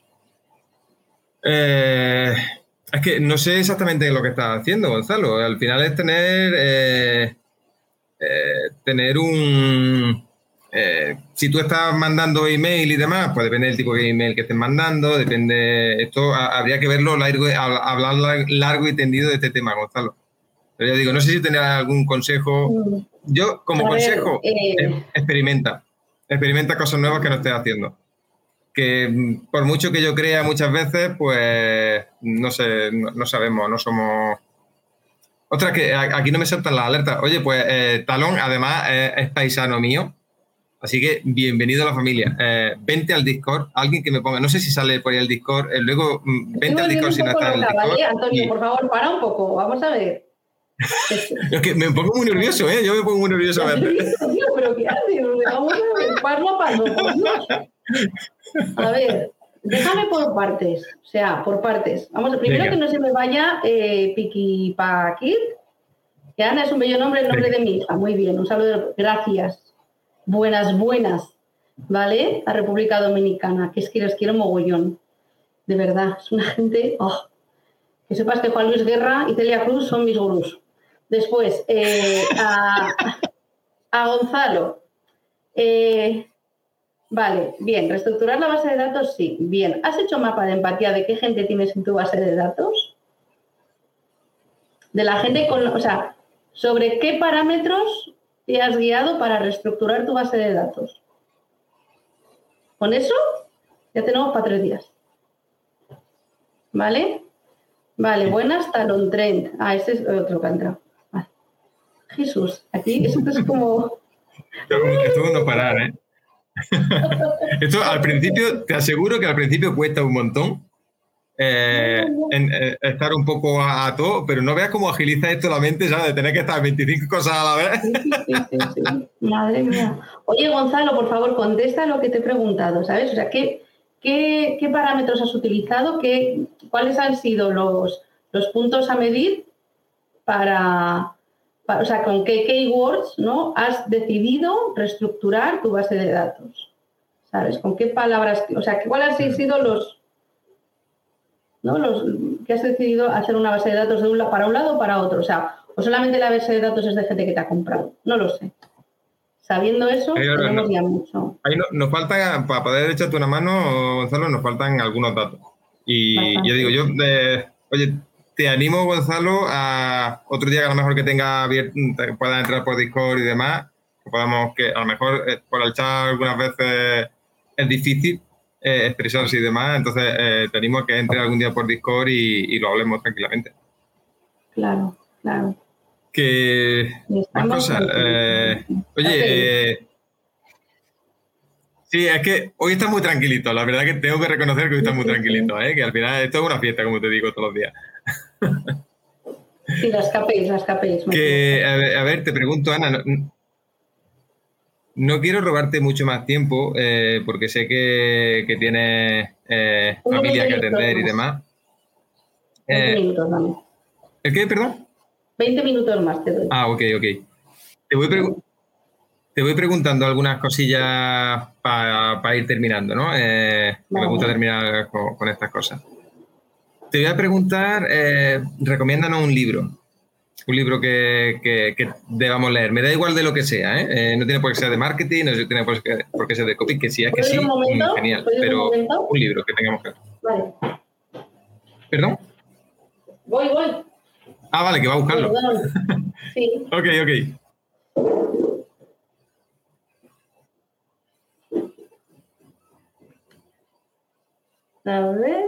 Eh, es que no sé exactamente lo que estás haciendo, Gonzalo. Al final es tener, eh, eh, tener un... Eh, si tú estás mandando email y demás, pues depende del tipo de email que estés mandando, depende, esto a, habría que verlo largo, a, hablar largo y tendido de este tema, Gonzalo. Pero ya digo, no sé si tendrás algún consejo. Yo, como a consejo, ver, eh... experimenta, experimenta cosas nuevas que no estés haciendo. Que por mucho que yo crea muchas veces, pues no sé, no, no sabemos, no somos... Otra que aquí no me saltan las alertas. Oye, pues eh, Talón, además, eh, es paisano mío. Así que bienvenido a la familia. Eh, vente al Discord, alguien que me ponga, no sé si sale por ahí el Discord, eh, luego vente Estoy al Discord si no está en el Discord. ¿Vale? Antonio, y... por favor, para un poco, vamos a ver. Es que me pongo muy nervioso, ¿eh? Yo me pongo muy nervioso a veces. ¿Pero qué haces? Vamos a ver, paso a paso, por Dios. A ver, déjame por partes, o sea, por partes. Vamos, primero Venga. Que no se me vaya eh, Piki Paquir, que Ana es un bello nombre, el nombre Venga. De mi hija. Muy bien, un saludo, gracias. Buenas, buenas, ¿vale? A República Dominicana, que es que los quiero mogollón. De verdad, es una gente... Oh. Que sepas que Juan Luis Guerra y Celia Cruz son mis gurús. Después, eh, a, a Gonzalo. Eh, vale, bien, reestructurar la base de datos, sí. Bien, ¿has hecho mapa de empatía de qué gente tienes en tu base de datos? De la gente con... O sea, ¿sobre qué parámetros te has guiado para reestructurar tu base de datos? Con eso ya tenemos para tres días. ¿Vale? Vale, buenas, Talon Trend. Ah, ese es otro que ha entrado. Vale. Jesús, aquí esto es como... Esto es no parar, ¿eh? Esto al principio, te aseguro que al principio cuesta un montón. Eh, en, eh, estar un poco a, a todo, pero no veas cómo agiliza esto la mente, ¿sabes? De tener que estar veinticinco cosas a la vez. Sí, sí, sí, sí. Madre mía. Oye, Gonzalo, por favor, contesta lo que te he preguntado, ¿sabes? O sea, ¿qué, qué, qué parámetros has utilizado? ¿Qué, ¿Cuáles han sido los, los puntos a medir para, para, o sea, con qué keywords, ¿no? Has decidido reestructurar tu base de datos? ¿Sabes? ¿Con qué palabras? O sea, ¿cuáles han sido los ¿no? Los, que has decidido hacer una base de datos de un, para un lado o para otro? O sea, o solamente la base de datos es de gente que te ha comprado. No lo sé. Sabiendo eso, ahí, tenemos no, ya mucho. Ahí no, nos falta, para poder echarte una mano, Gonzalo, nos faltan algunos datos. Y Bastante. Yo digo, yo, eh, oye, te animo, Gonzalo, a otro día que a lo mejor que tenga abierto, puedas entrar por Discord y demás, que podamos, que a lo mejor eh, por el chat algunas veces es difícil, Eh, expresarse y demás, entonces eh, te animo a que entre algún día por Discord y, y lo hablemos tranquilamente. Claro, claro. Que más cosas. Eh, oye, eh, sí, es que hoy está muy tranquilito, la verdad que tengo que reconocer que hoy está muy tranquilito, ¿eh? Que al final esto es una fiesta, como te digo, todos los días. Sí, las escapéis, las escapéis. Que, a ver, a ver, te pregunto, Ana, no, no quiero robarte mucho más tiempo eh, porque sé que, que tienes eh, familia que atender y demás. veinte Eh, minutos, vale. ¿El qué, perdón? veinte minutos más te doy. Ah, ok, ok. Te voy, pregu- te voy preguntando algunas cosillas para pa ir terminando, ¿no? Eh, que Vale. me gusta terminar con, con estas cosas. Te voy a preguntar, eh, recomiéndanos un libro. Un libro que, que, que debamos leer. Me da igual de lo que sea, ¿eh? Eh, no tiene por qué ser de marketing, no tiene por qué, por qué ser de copy, que si es que ¿Puedo ir sí, un momento? mm, genial. ¿Puedo ir un Pero momento? un libro que tengamos que leer. Vale. ¿Perdón? Voy, voy. Ah, vale, que va a buscarlo. Perdón. Sí. Ok, ok. A ver.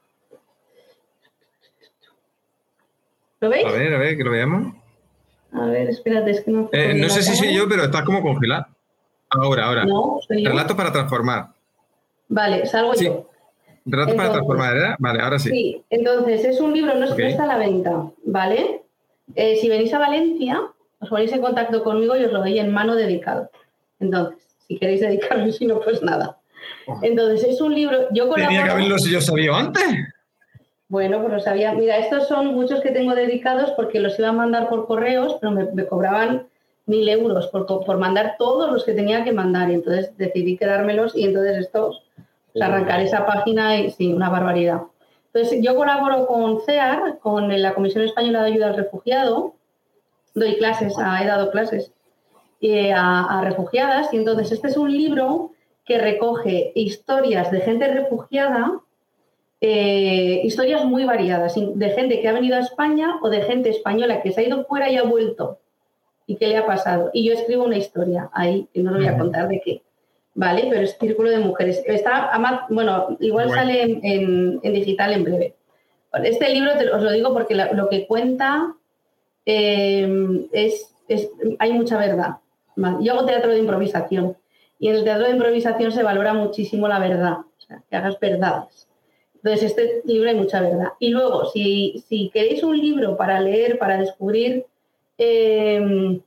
¿Lo veis? A ver, a ver, que lo veamos. A ver, espérate, es que no... Eh, no sé si soy cámara. yo, pero estás como congelado. Ahora, ahora. No, soy yo. Relatos para transformar. Vale, salgo Sí. yo. Relatos para Entonces, transformar, ¿verdad? Vale, ahora sí. Sí, entonces es un libro, no, Ok. no está a la venta, ¿vale? Eh, si venís a Valencia, os ponéis en contacto conmigo y os lo doy en mano dedicado. Entonces, si queréis dedicarlo, si no, pues nada. Entonces, es un libro, yo colaboro... Tenía que haberlo yo sabido antes. Bueno, pues lo sabía. Mira, estos son muchos que tengo dedicados porque los iba a mandar por correos, pero me, me cobraban mil euros por, por mandar todos los que tenía que mandar. Y entonces decidí quedármelos y entonces estos, pues arrancar esa página y sí, una barbaridad. Entonces yo colaboro con C E A R, con la Comisión Española de Ayuda al Refugiado. Doy clases, a, he dado clases eh, a, a refugiadas. Y entonces este es un libro que recoge historias de gente refugiada. Eh, historias muy variadas, de gente que ha venido a España o de gente española que se ha ido fuera y ha vuelto y qué le ha pasado. Y yo escribo una historia ahí, que no os voy a contar de qué, ¿vale? Pero es Círculo de Mujeres. Está, bueno, igual bueno. sale en, en, en digital en breve. Este libro te, os lo digo porque la, lo que cuenta eh, es, es, hay mucha verdad. ¿Vale? Yo hago teatro de improvisación y en el teatro de improvisación se valora muchísimo la verdad, o sea, que hagas verdades. Entonces, este libro hay mucha verdad. Y luego, si, si queréis un libro para leer, para descubrir eh,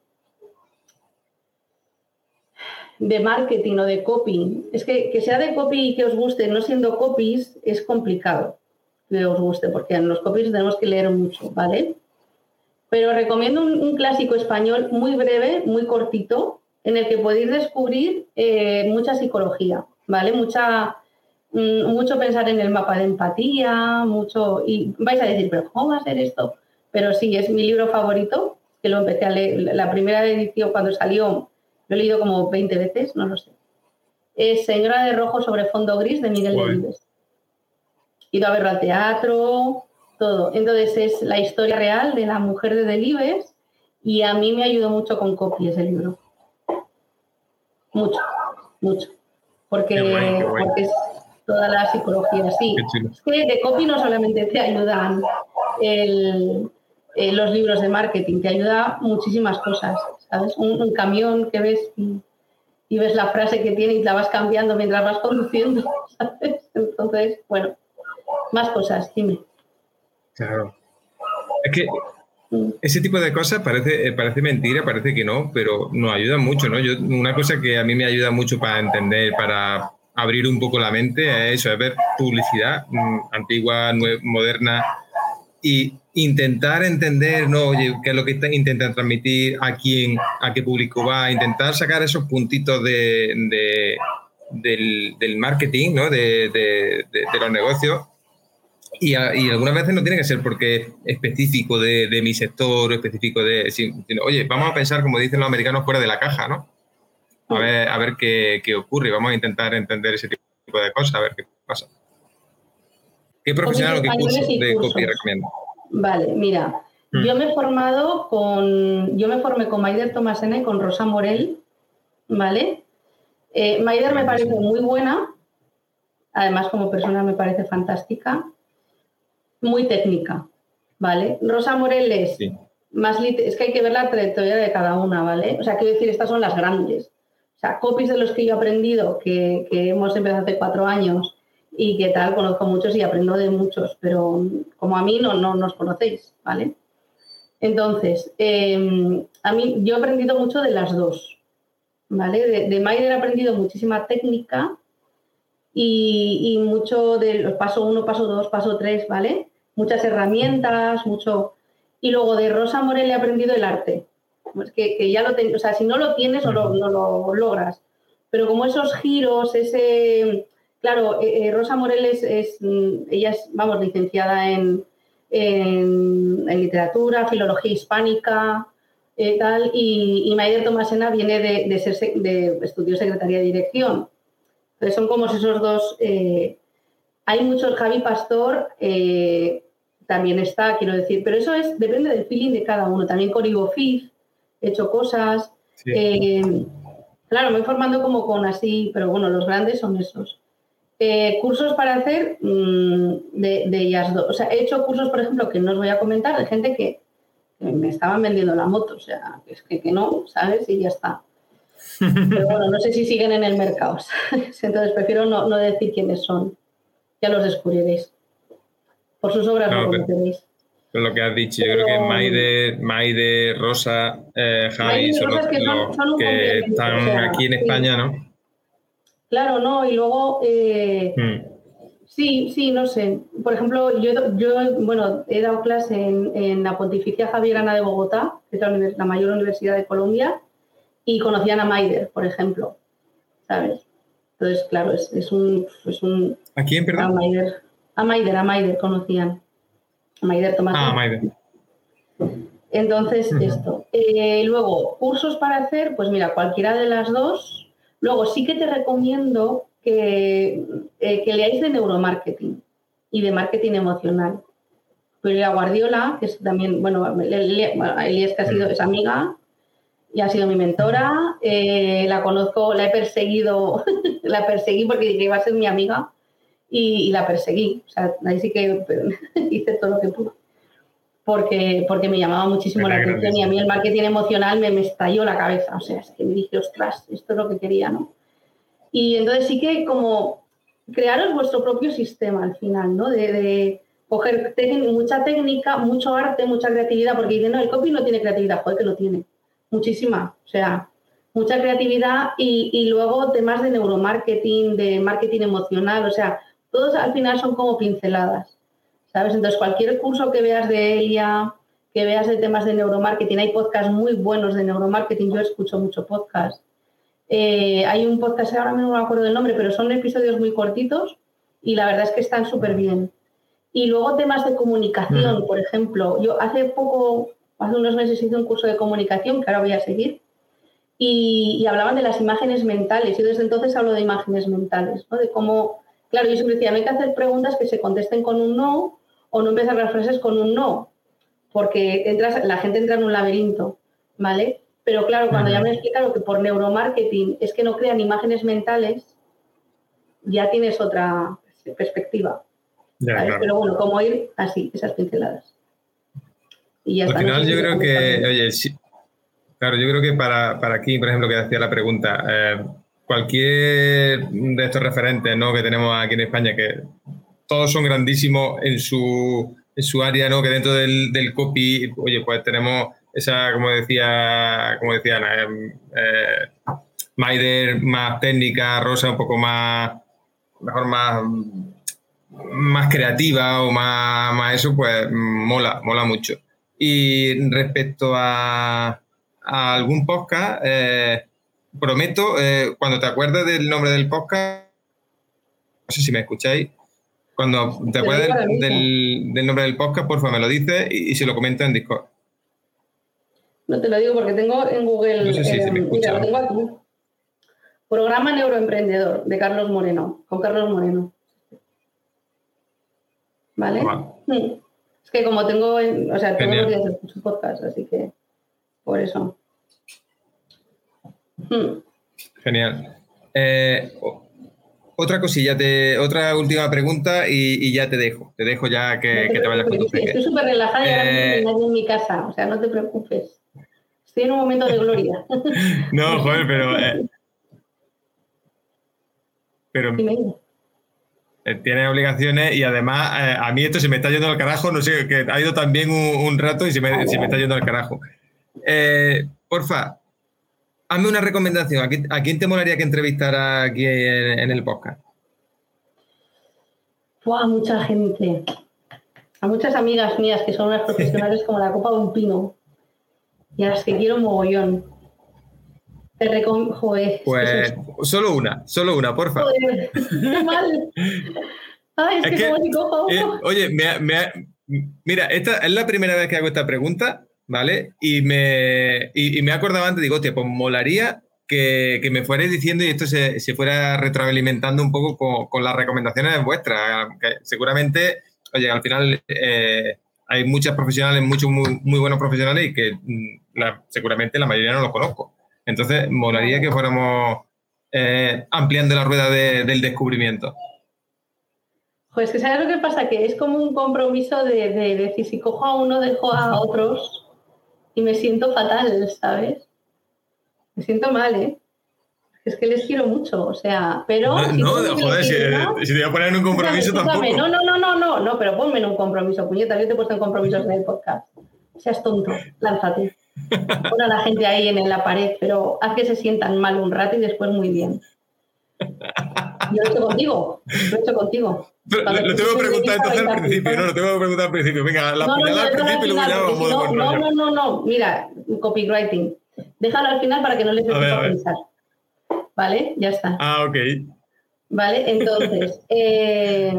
de marketing o de copy, es que, que sea de copy y que os guste, no siendo copies, es complicado que os guste, porque en los copies tenemos que leer mucho, ¿vale? Pero recomiendo un, un clásico español muy breve, muy cortito, en el que podéis descubrir eh, mucha psicología, ¿vale? Mucha... mucho pensar en el mapa de empatía, mucho, y vais a decir, pero ¿cómo va a ser esto? Pero sí, es mi libro favorito, que lo empecé a leer, la primera edición cuando salió, lo he leído como veinte veces, no lo sé. Es Señora de Rojo sobre fondo gris, de Miguel Bueno. Delibes. He ido a verlo al teatro, todo. Entonces es la historia real de la mujer de Delibes y a mí me ayudó mucho con copy ese libro. Mucho, mucho. Porque, Qué guay, qué guay. porque es toda la psicología, sí. Es que de copy no solamente te ayudan el, eh, los libros de marketing, te ayuda muchísimas cosas, ¿sabes? Un, un camión que ves y, y ves la frase que tiene y la vas cambiando mientras vas conduciendo, ¿sabes? Entonces, bueno, más cosas, dime. Claro. Es que ese tipo de cosas parece, parece mentira, parece que no, pero nos ayuda mucho, ¿no? Yo, una cosa que a mí me ayuda mucho para entender, para abrir un poco la mente, es eso, es ver publicidad mmm, antigua, nueva, moderna, y intentar entender, ¿no? Oye, qué es lo que intentan transmitir, a quién, a qué público va, intentar sacar esos puntitos de, de, del, del marketing, ¿no? De, de, de, de los negocios. Y, a, y algunas veces no tiene que ser porque es específico de, de mi sector, específico de... Sino, oye, vamos a pensar, como dicen los americanos, fuera de la caja, ¿no? A ver, a ver qué, qué ocurre. Vamos a intentar entender ese tipo de cosas, a ver qué pasa. ¿Qué profesional o qué curso de copy recomiendo? Vale, mira, hmm. yo me he formado con... Yo me formé con Maider Tomasena y con Rosa Morell, ¿vale? Eh, Maider me parece muy buena, además como persona me parece fantástica, muy técnica, ¿vale? Rosa Morell es sí. más... Es que hay que ver la trayectoria de cada una, ¿vale? O sea, quiero decir, estas son las grandes. O sea, copies de los que yo he aprendido, que, que hemos empezado hace cuatro años y que tal, conozco muchos y aprendo de muchos, pero como a mí no, no nos conocéis, ¿vale? Entonces, eh, a mí yo he aprendido mucho de las dos, ¿vale? De, de Maider he aprendido muchísima técnica y, y mucho de los paso uno, paso dos, paso tres, ¿vale? Muchas herramientas, mucho... Y luego de Rosa Morel he aprendido el arte. Pues que, que ya lo ten... O sea, si no lo tienes no lo, no lo logras. Pero como esos giros, ese... Claro, eh, Rosa Morel es, es... Ella es, vamos, licenciada en, en, en literatura, filología hispánica, eh, tal, y, y Maider Tomasena viene de, de, ser, de estudió Secretaría de Dirección. Entonces son como esos dos... Eh, hay muchos... Javi Pastor... Eh, también está, quiero decir, pero eso es depende del feeling de cada uno. También con Ivo Fif he hecho cosas. Sí. Eh, claro, me voy formando como con así, pero bueno, los grandes son esos. Eh, cursos para hacer mmm, de, de ellas dos. O sea, he hecho cursos, por ejemplo, que no os voy a comentar, de gente que, que me estaban vendiendo la moto. O sea, es que, que no, ¿sabes? Y ya está. Pero bueno, no sé si siguen en el mercado, ¿sabes? Entonces prefiero no, no decir quiénes son. Ya los descubriréis. Por sus obras no, lo conoceréis. Pero lo que has dicho, yo creo que Maider, Maider, Rosa, eh, Javi, son los que, son, son que están o sea, aquí en España, sí. ¿No? Claro, no, y luego, eh, hmm. sí, sí, no sé. Por ejemplo, yo, yo bueno, he dado clase en, en la Pontificia Javierana de Bogotá, que es la, la mayor universidad de Colombia, y conocían a Maider, por ejemplo, ¿sabes? Entonces, claro, es, es un... Es un ¿A quién, perdón? A Maider. A Maider, a Maider conocían. A Maider Tomás. Ah, Maider. Entonces, uh-huh. esto. Eh, luego, cursos para hacer, pues mira, cualquiera de las dos. Luego, sí que te recomiendo que, eh, que leáis de neuromarketing y de marketing emocional. Pero Guardiola, que es también, bueno, Elías que ha sido, es amiga y ha sido mi mentora. Eh, la conozco, la he perseguido, la perseguí porque dije que iba a ser mi amiga. Y, y la perseguí, o sea, ahí sí que hice todo lo que pude, porque, porque me llamaba muchísimo la atención y a mí el marketing emocional me, me estalló la cabeza, o sea, es que me dije, ostras, esto es lo que quería, ¿no? Y entonces sí que como crearos vuestro propio sistema al final, ¿no? De, de coger mucha técnica, mucho arte, mucha creatividad, porque dicen, no, el copy no tiene creatividad, joder, que lo tiene, muchísima, o sea, mucha creatividad y, y luego temas de neuromarketing, de marketing emocional, o sea, todos al final son como pinceladas, ¿sabes? Entonces, cualquier curso que veas de Elia, que veas de temas de neuromarketing, hay podcasts muy buenos de neuromarketing, yo escucho mucho podcast. Eh, hay un podcast, ahora mismo no me acuerdo del nombre, pero son episodios muy cortitos y la verdad es que están súper bien. Y luego temas de comunicación, mm. por ejemplo. Yo hace poco, hace unos meses hice un curso de comunicación, que ahora voy a seguir, y, y hablaban de las imágenes mentales. Yo desde entonces hablo de imágenes mentales, ¿no? De cómo... Claro, yo siempre decía, no hay que hacer preguntas que se contesten con un no o no empezar las frases con un no, porque entras, la gente entra en un laberinto, ¿vale? Pero claro, cuando ya me explicaron que por neuromarketing es que no crean imágenes mentales, ya tienes otra perspectiva. Ya, claro. Pero bueno, como ir así, esas pinceladas. Y ya Al está, final no sé yo creo que, oye, sí, claro, yo creo que para, para aquí, por ejemplo, que hacía la pregunta... Eh, cualquier de estos referentes, ¿no?, que tenemos aquí en España, que todos son grandísimos en su, en su área, ¿no?, que dentro del, del copy, oye, pues tenemos esa, como decía, como decía Ana, eh, eh, Maider más técnica, Rosa un poco más, mejor más, más creativa o más, más eso, pues mola, mola mucho. Y respecto a, a algún podcast, eh, prometo, eh, cuando te acuerdes del nombre del podcast, no sé si me escucháis, cuando te acuerdes del, del, del nombre del podcast, por favor me lo dices y, y se lo comento en Discord. No te lo digo porque tengo en Google, no sé si eh, se me escucha. Mira, lo tengo aquí. Programa Neuroemprendedor de Carlos Moreno, con Carlos Moreno. ¿Vale? Sí. Es que como tengo, en, o sea, todos Genial. Los días escucho podcast, así que por eso. Hmm. Genial. Eh, otra cosilla, te, otra última pregunta y, y ya te dejo. Te dejo ya que, no te, que te vayas con tu peque. Estoy súper relajada y ahora mismo no hay nadie en mi casa, o sea, no te preocupes. Estoy en un momento de gloria. No, joder, pero... Eh, pero eh, tienes obligaciones y además eh, a mí esto se me está yendo al carajo, no sé, que ha ido también un, un rato y se me, se me está yendo al carajo. Eh, porfa, hazme una recomendación. ¿A quién, ¿A quién te molaría que entrevistara aquí en, en el podcast? ¡Buah! Mucha gente. A muchas amigas mías que son unas profesionales como la copa de un pino. Y a las que quiero mogollón. Te recomiendo. Joder. Pues es que solo una, solo una, porfa. Joder, qué mal. Ay, es, es que, que como si cojo uno. Eh, oye, me, me, mira, esta es la primera vez que hago esta pregunta, ¿vale? Y me, y, y me he acordado antes, digo, hostia, pues molaría que, que me fuerais diciendo y esto se, se fuera retroalimentando un poco con, con las recomendaciones vuestras. Que seguramente, oye, al final eh, hay muchas profesionales, muchos muy, muy buenos profesionales y que la, seguramente la mayoría no los conozco. Entonces, molaría que fuéramos eh, ampliando la rueda de, del descubrimiento. Pues que ¿sabes lo que pasa? Que es como un compromiso de, de decir, si cojo a uno, dejo a otros y me siento fatal, ¿sabes? Me siento mal, ¿eh? Es que les quiero mucho, o sea, pero... No, si no joder, si, si te voy a poner en un compromiso escúchame, tampoco. No, no, no, no, no, no, pero ponme en un compromiso, puñeta, yo te he puesto en compromisos en el podcast. Seas tonto, lánzate. Pon a la gente ahí en la pared, pero haz que se sientan mal un rato y después muy bien. Yo lo he hecho contigo, lo he hecho contigo. Pero, lo, lo tengo que preguntar entonces al principio, no, lo tengo que preguntar al principio. Venga, la no, puñalada no, al principio y luego ya vamos no, de buen no, rollo. no, no, no, mira, copywriting. Déjalo al final para que no les dé tiempo a pensar. ¿Vale? Ya está. Ah, ok. Vale, entonces, eh,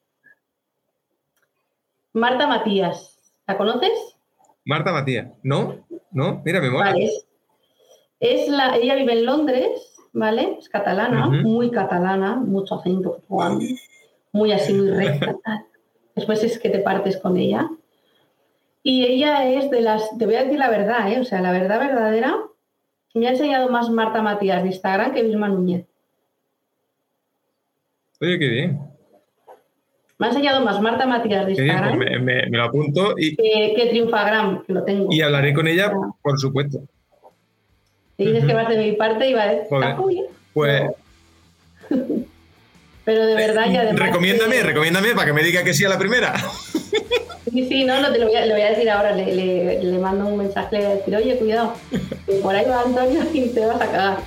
Marta Matías, ¿la conoces? Marta Matías, ¿no? ¿No? Mira, me mola. Vale, es, es la, ella vive en Londres, ¿vale? Es catalana, uh-huh. muy catalana, mucho acento, muy así, muy recta. Después es que te partes con ella. Y ella es de las, te voy a decir la verdad, ¿eh? O sea, la verdad verdadera, me ha enseñado más Marta Matías de Instagram que Vilma Núñez. Oye, qué bien. Me ha enseñado más Marta Matías de Instagram. Pues me, me, me lo apunto y... Que, que Triunfagram, que lo tengo. Y hablaré con ella, o sea, por supuesto. Te dices uh-huh. que vas de mi parte y va a decir, está muy bien. Pues... Pero, pero de verdad ya además... Recomiéndame, que... recomiéndame para que me diga que sí a la primera. Sí, sí, no, no te lo voy a, le voy a decir ahora. Le, le, le mando un mensaje, le voy a decir, oye, cuidado, que por ahí va Antonio y te vas a cagar.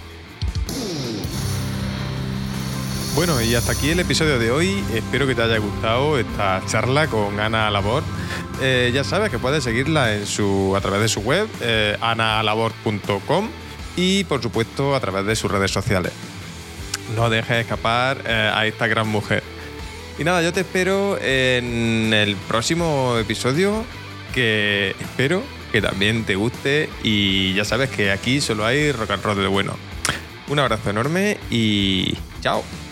Bueno, y hasta aquí el episodio de hoy. Espero que te haya gustado esta charla con Ana Labor. Eh, ya sabes que puedes seguirla en su, a través de su web, eh, ana labor punto com, y por supuesto a través de sus redes sociales. No dejes escapar eh, a esta gran mujer. Y nada, yo te espero en el próximo episodio, que espero que también te guste, y ya sabes que aquí solo hay rock and roll de bueno. Un abrazo enorme y chao.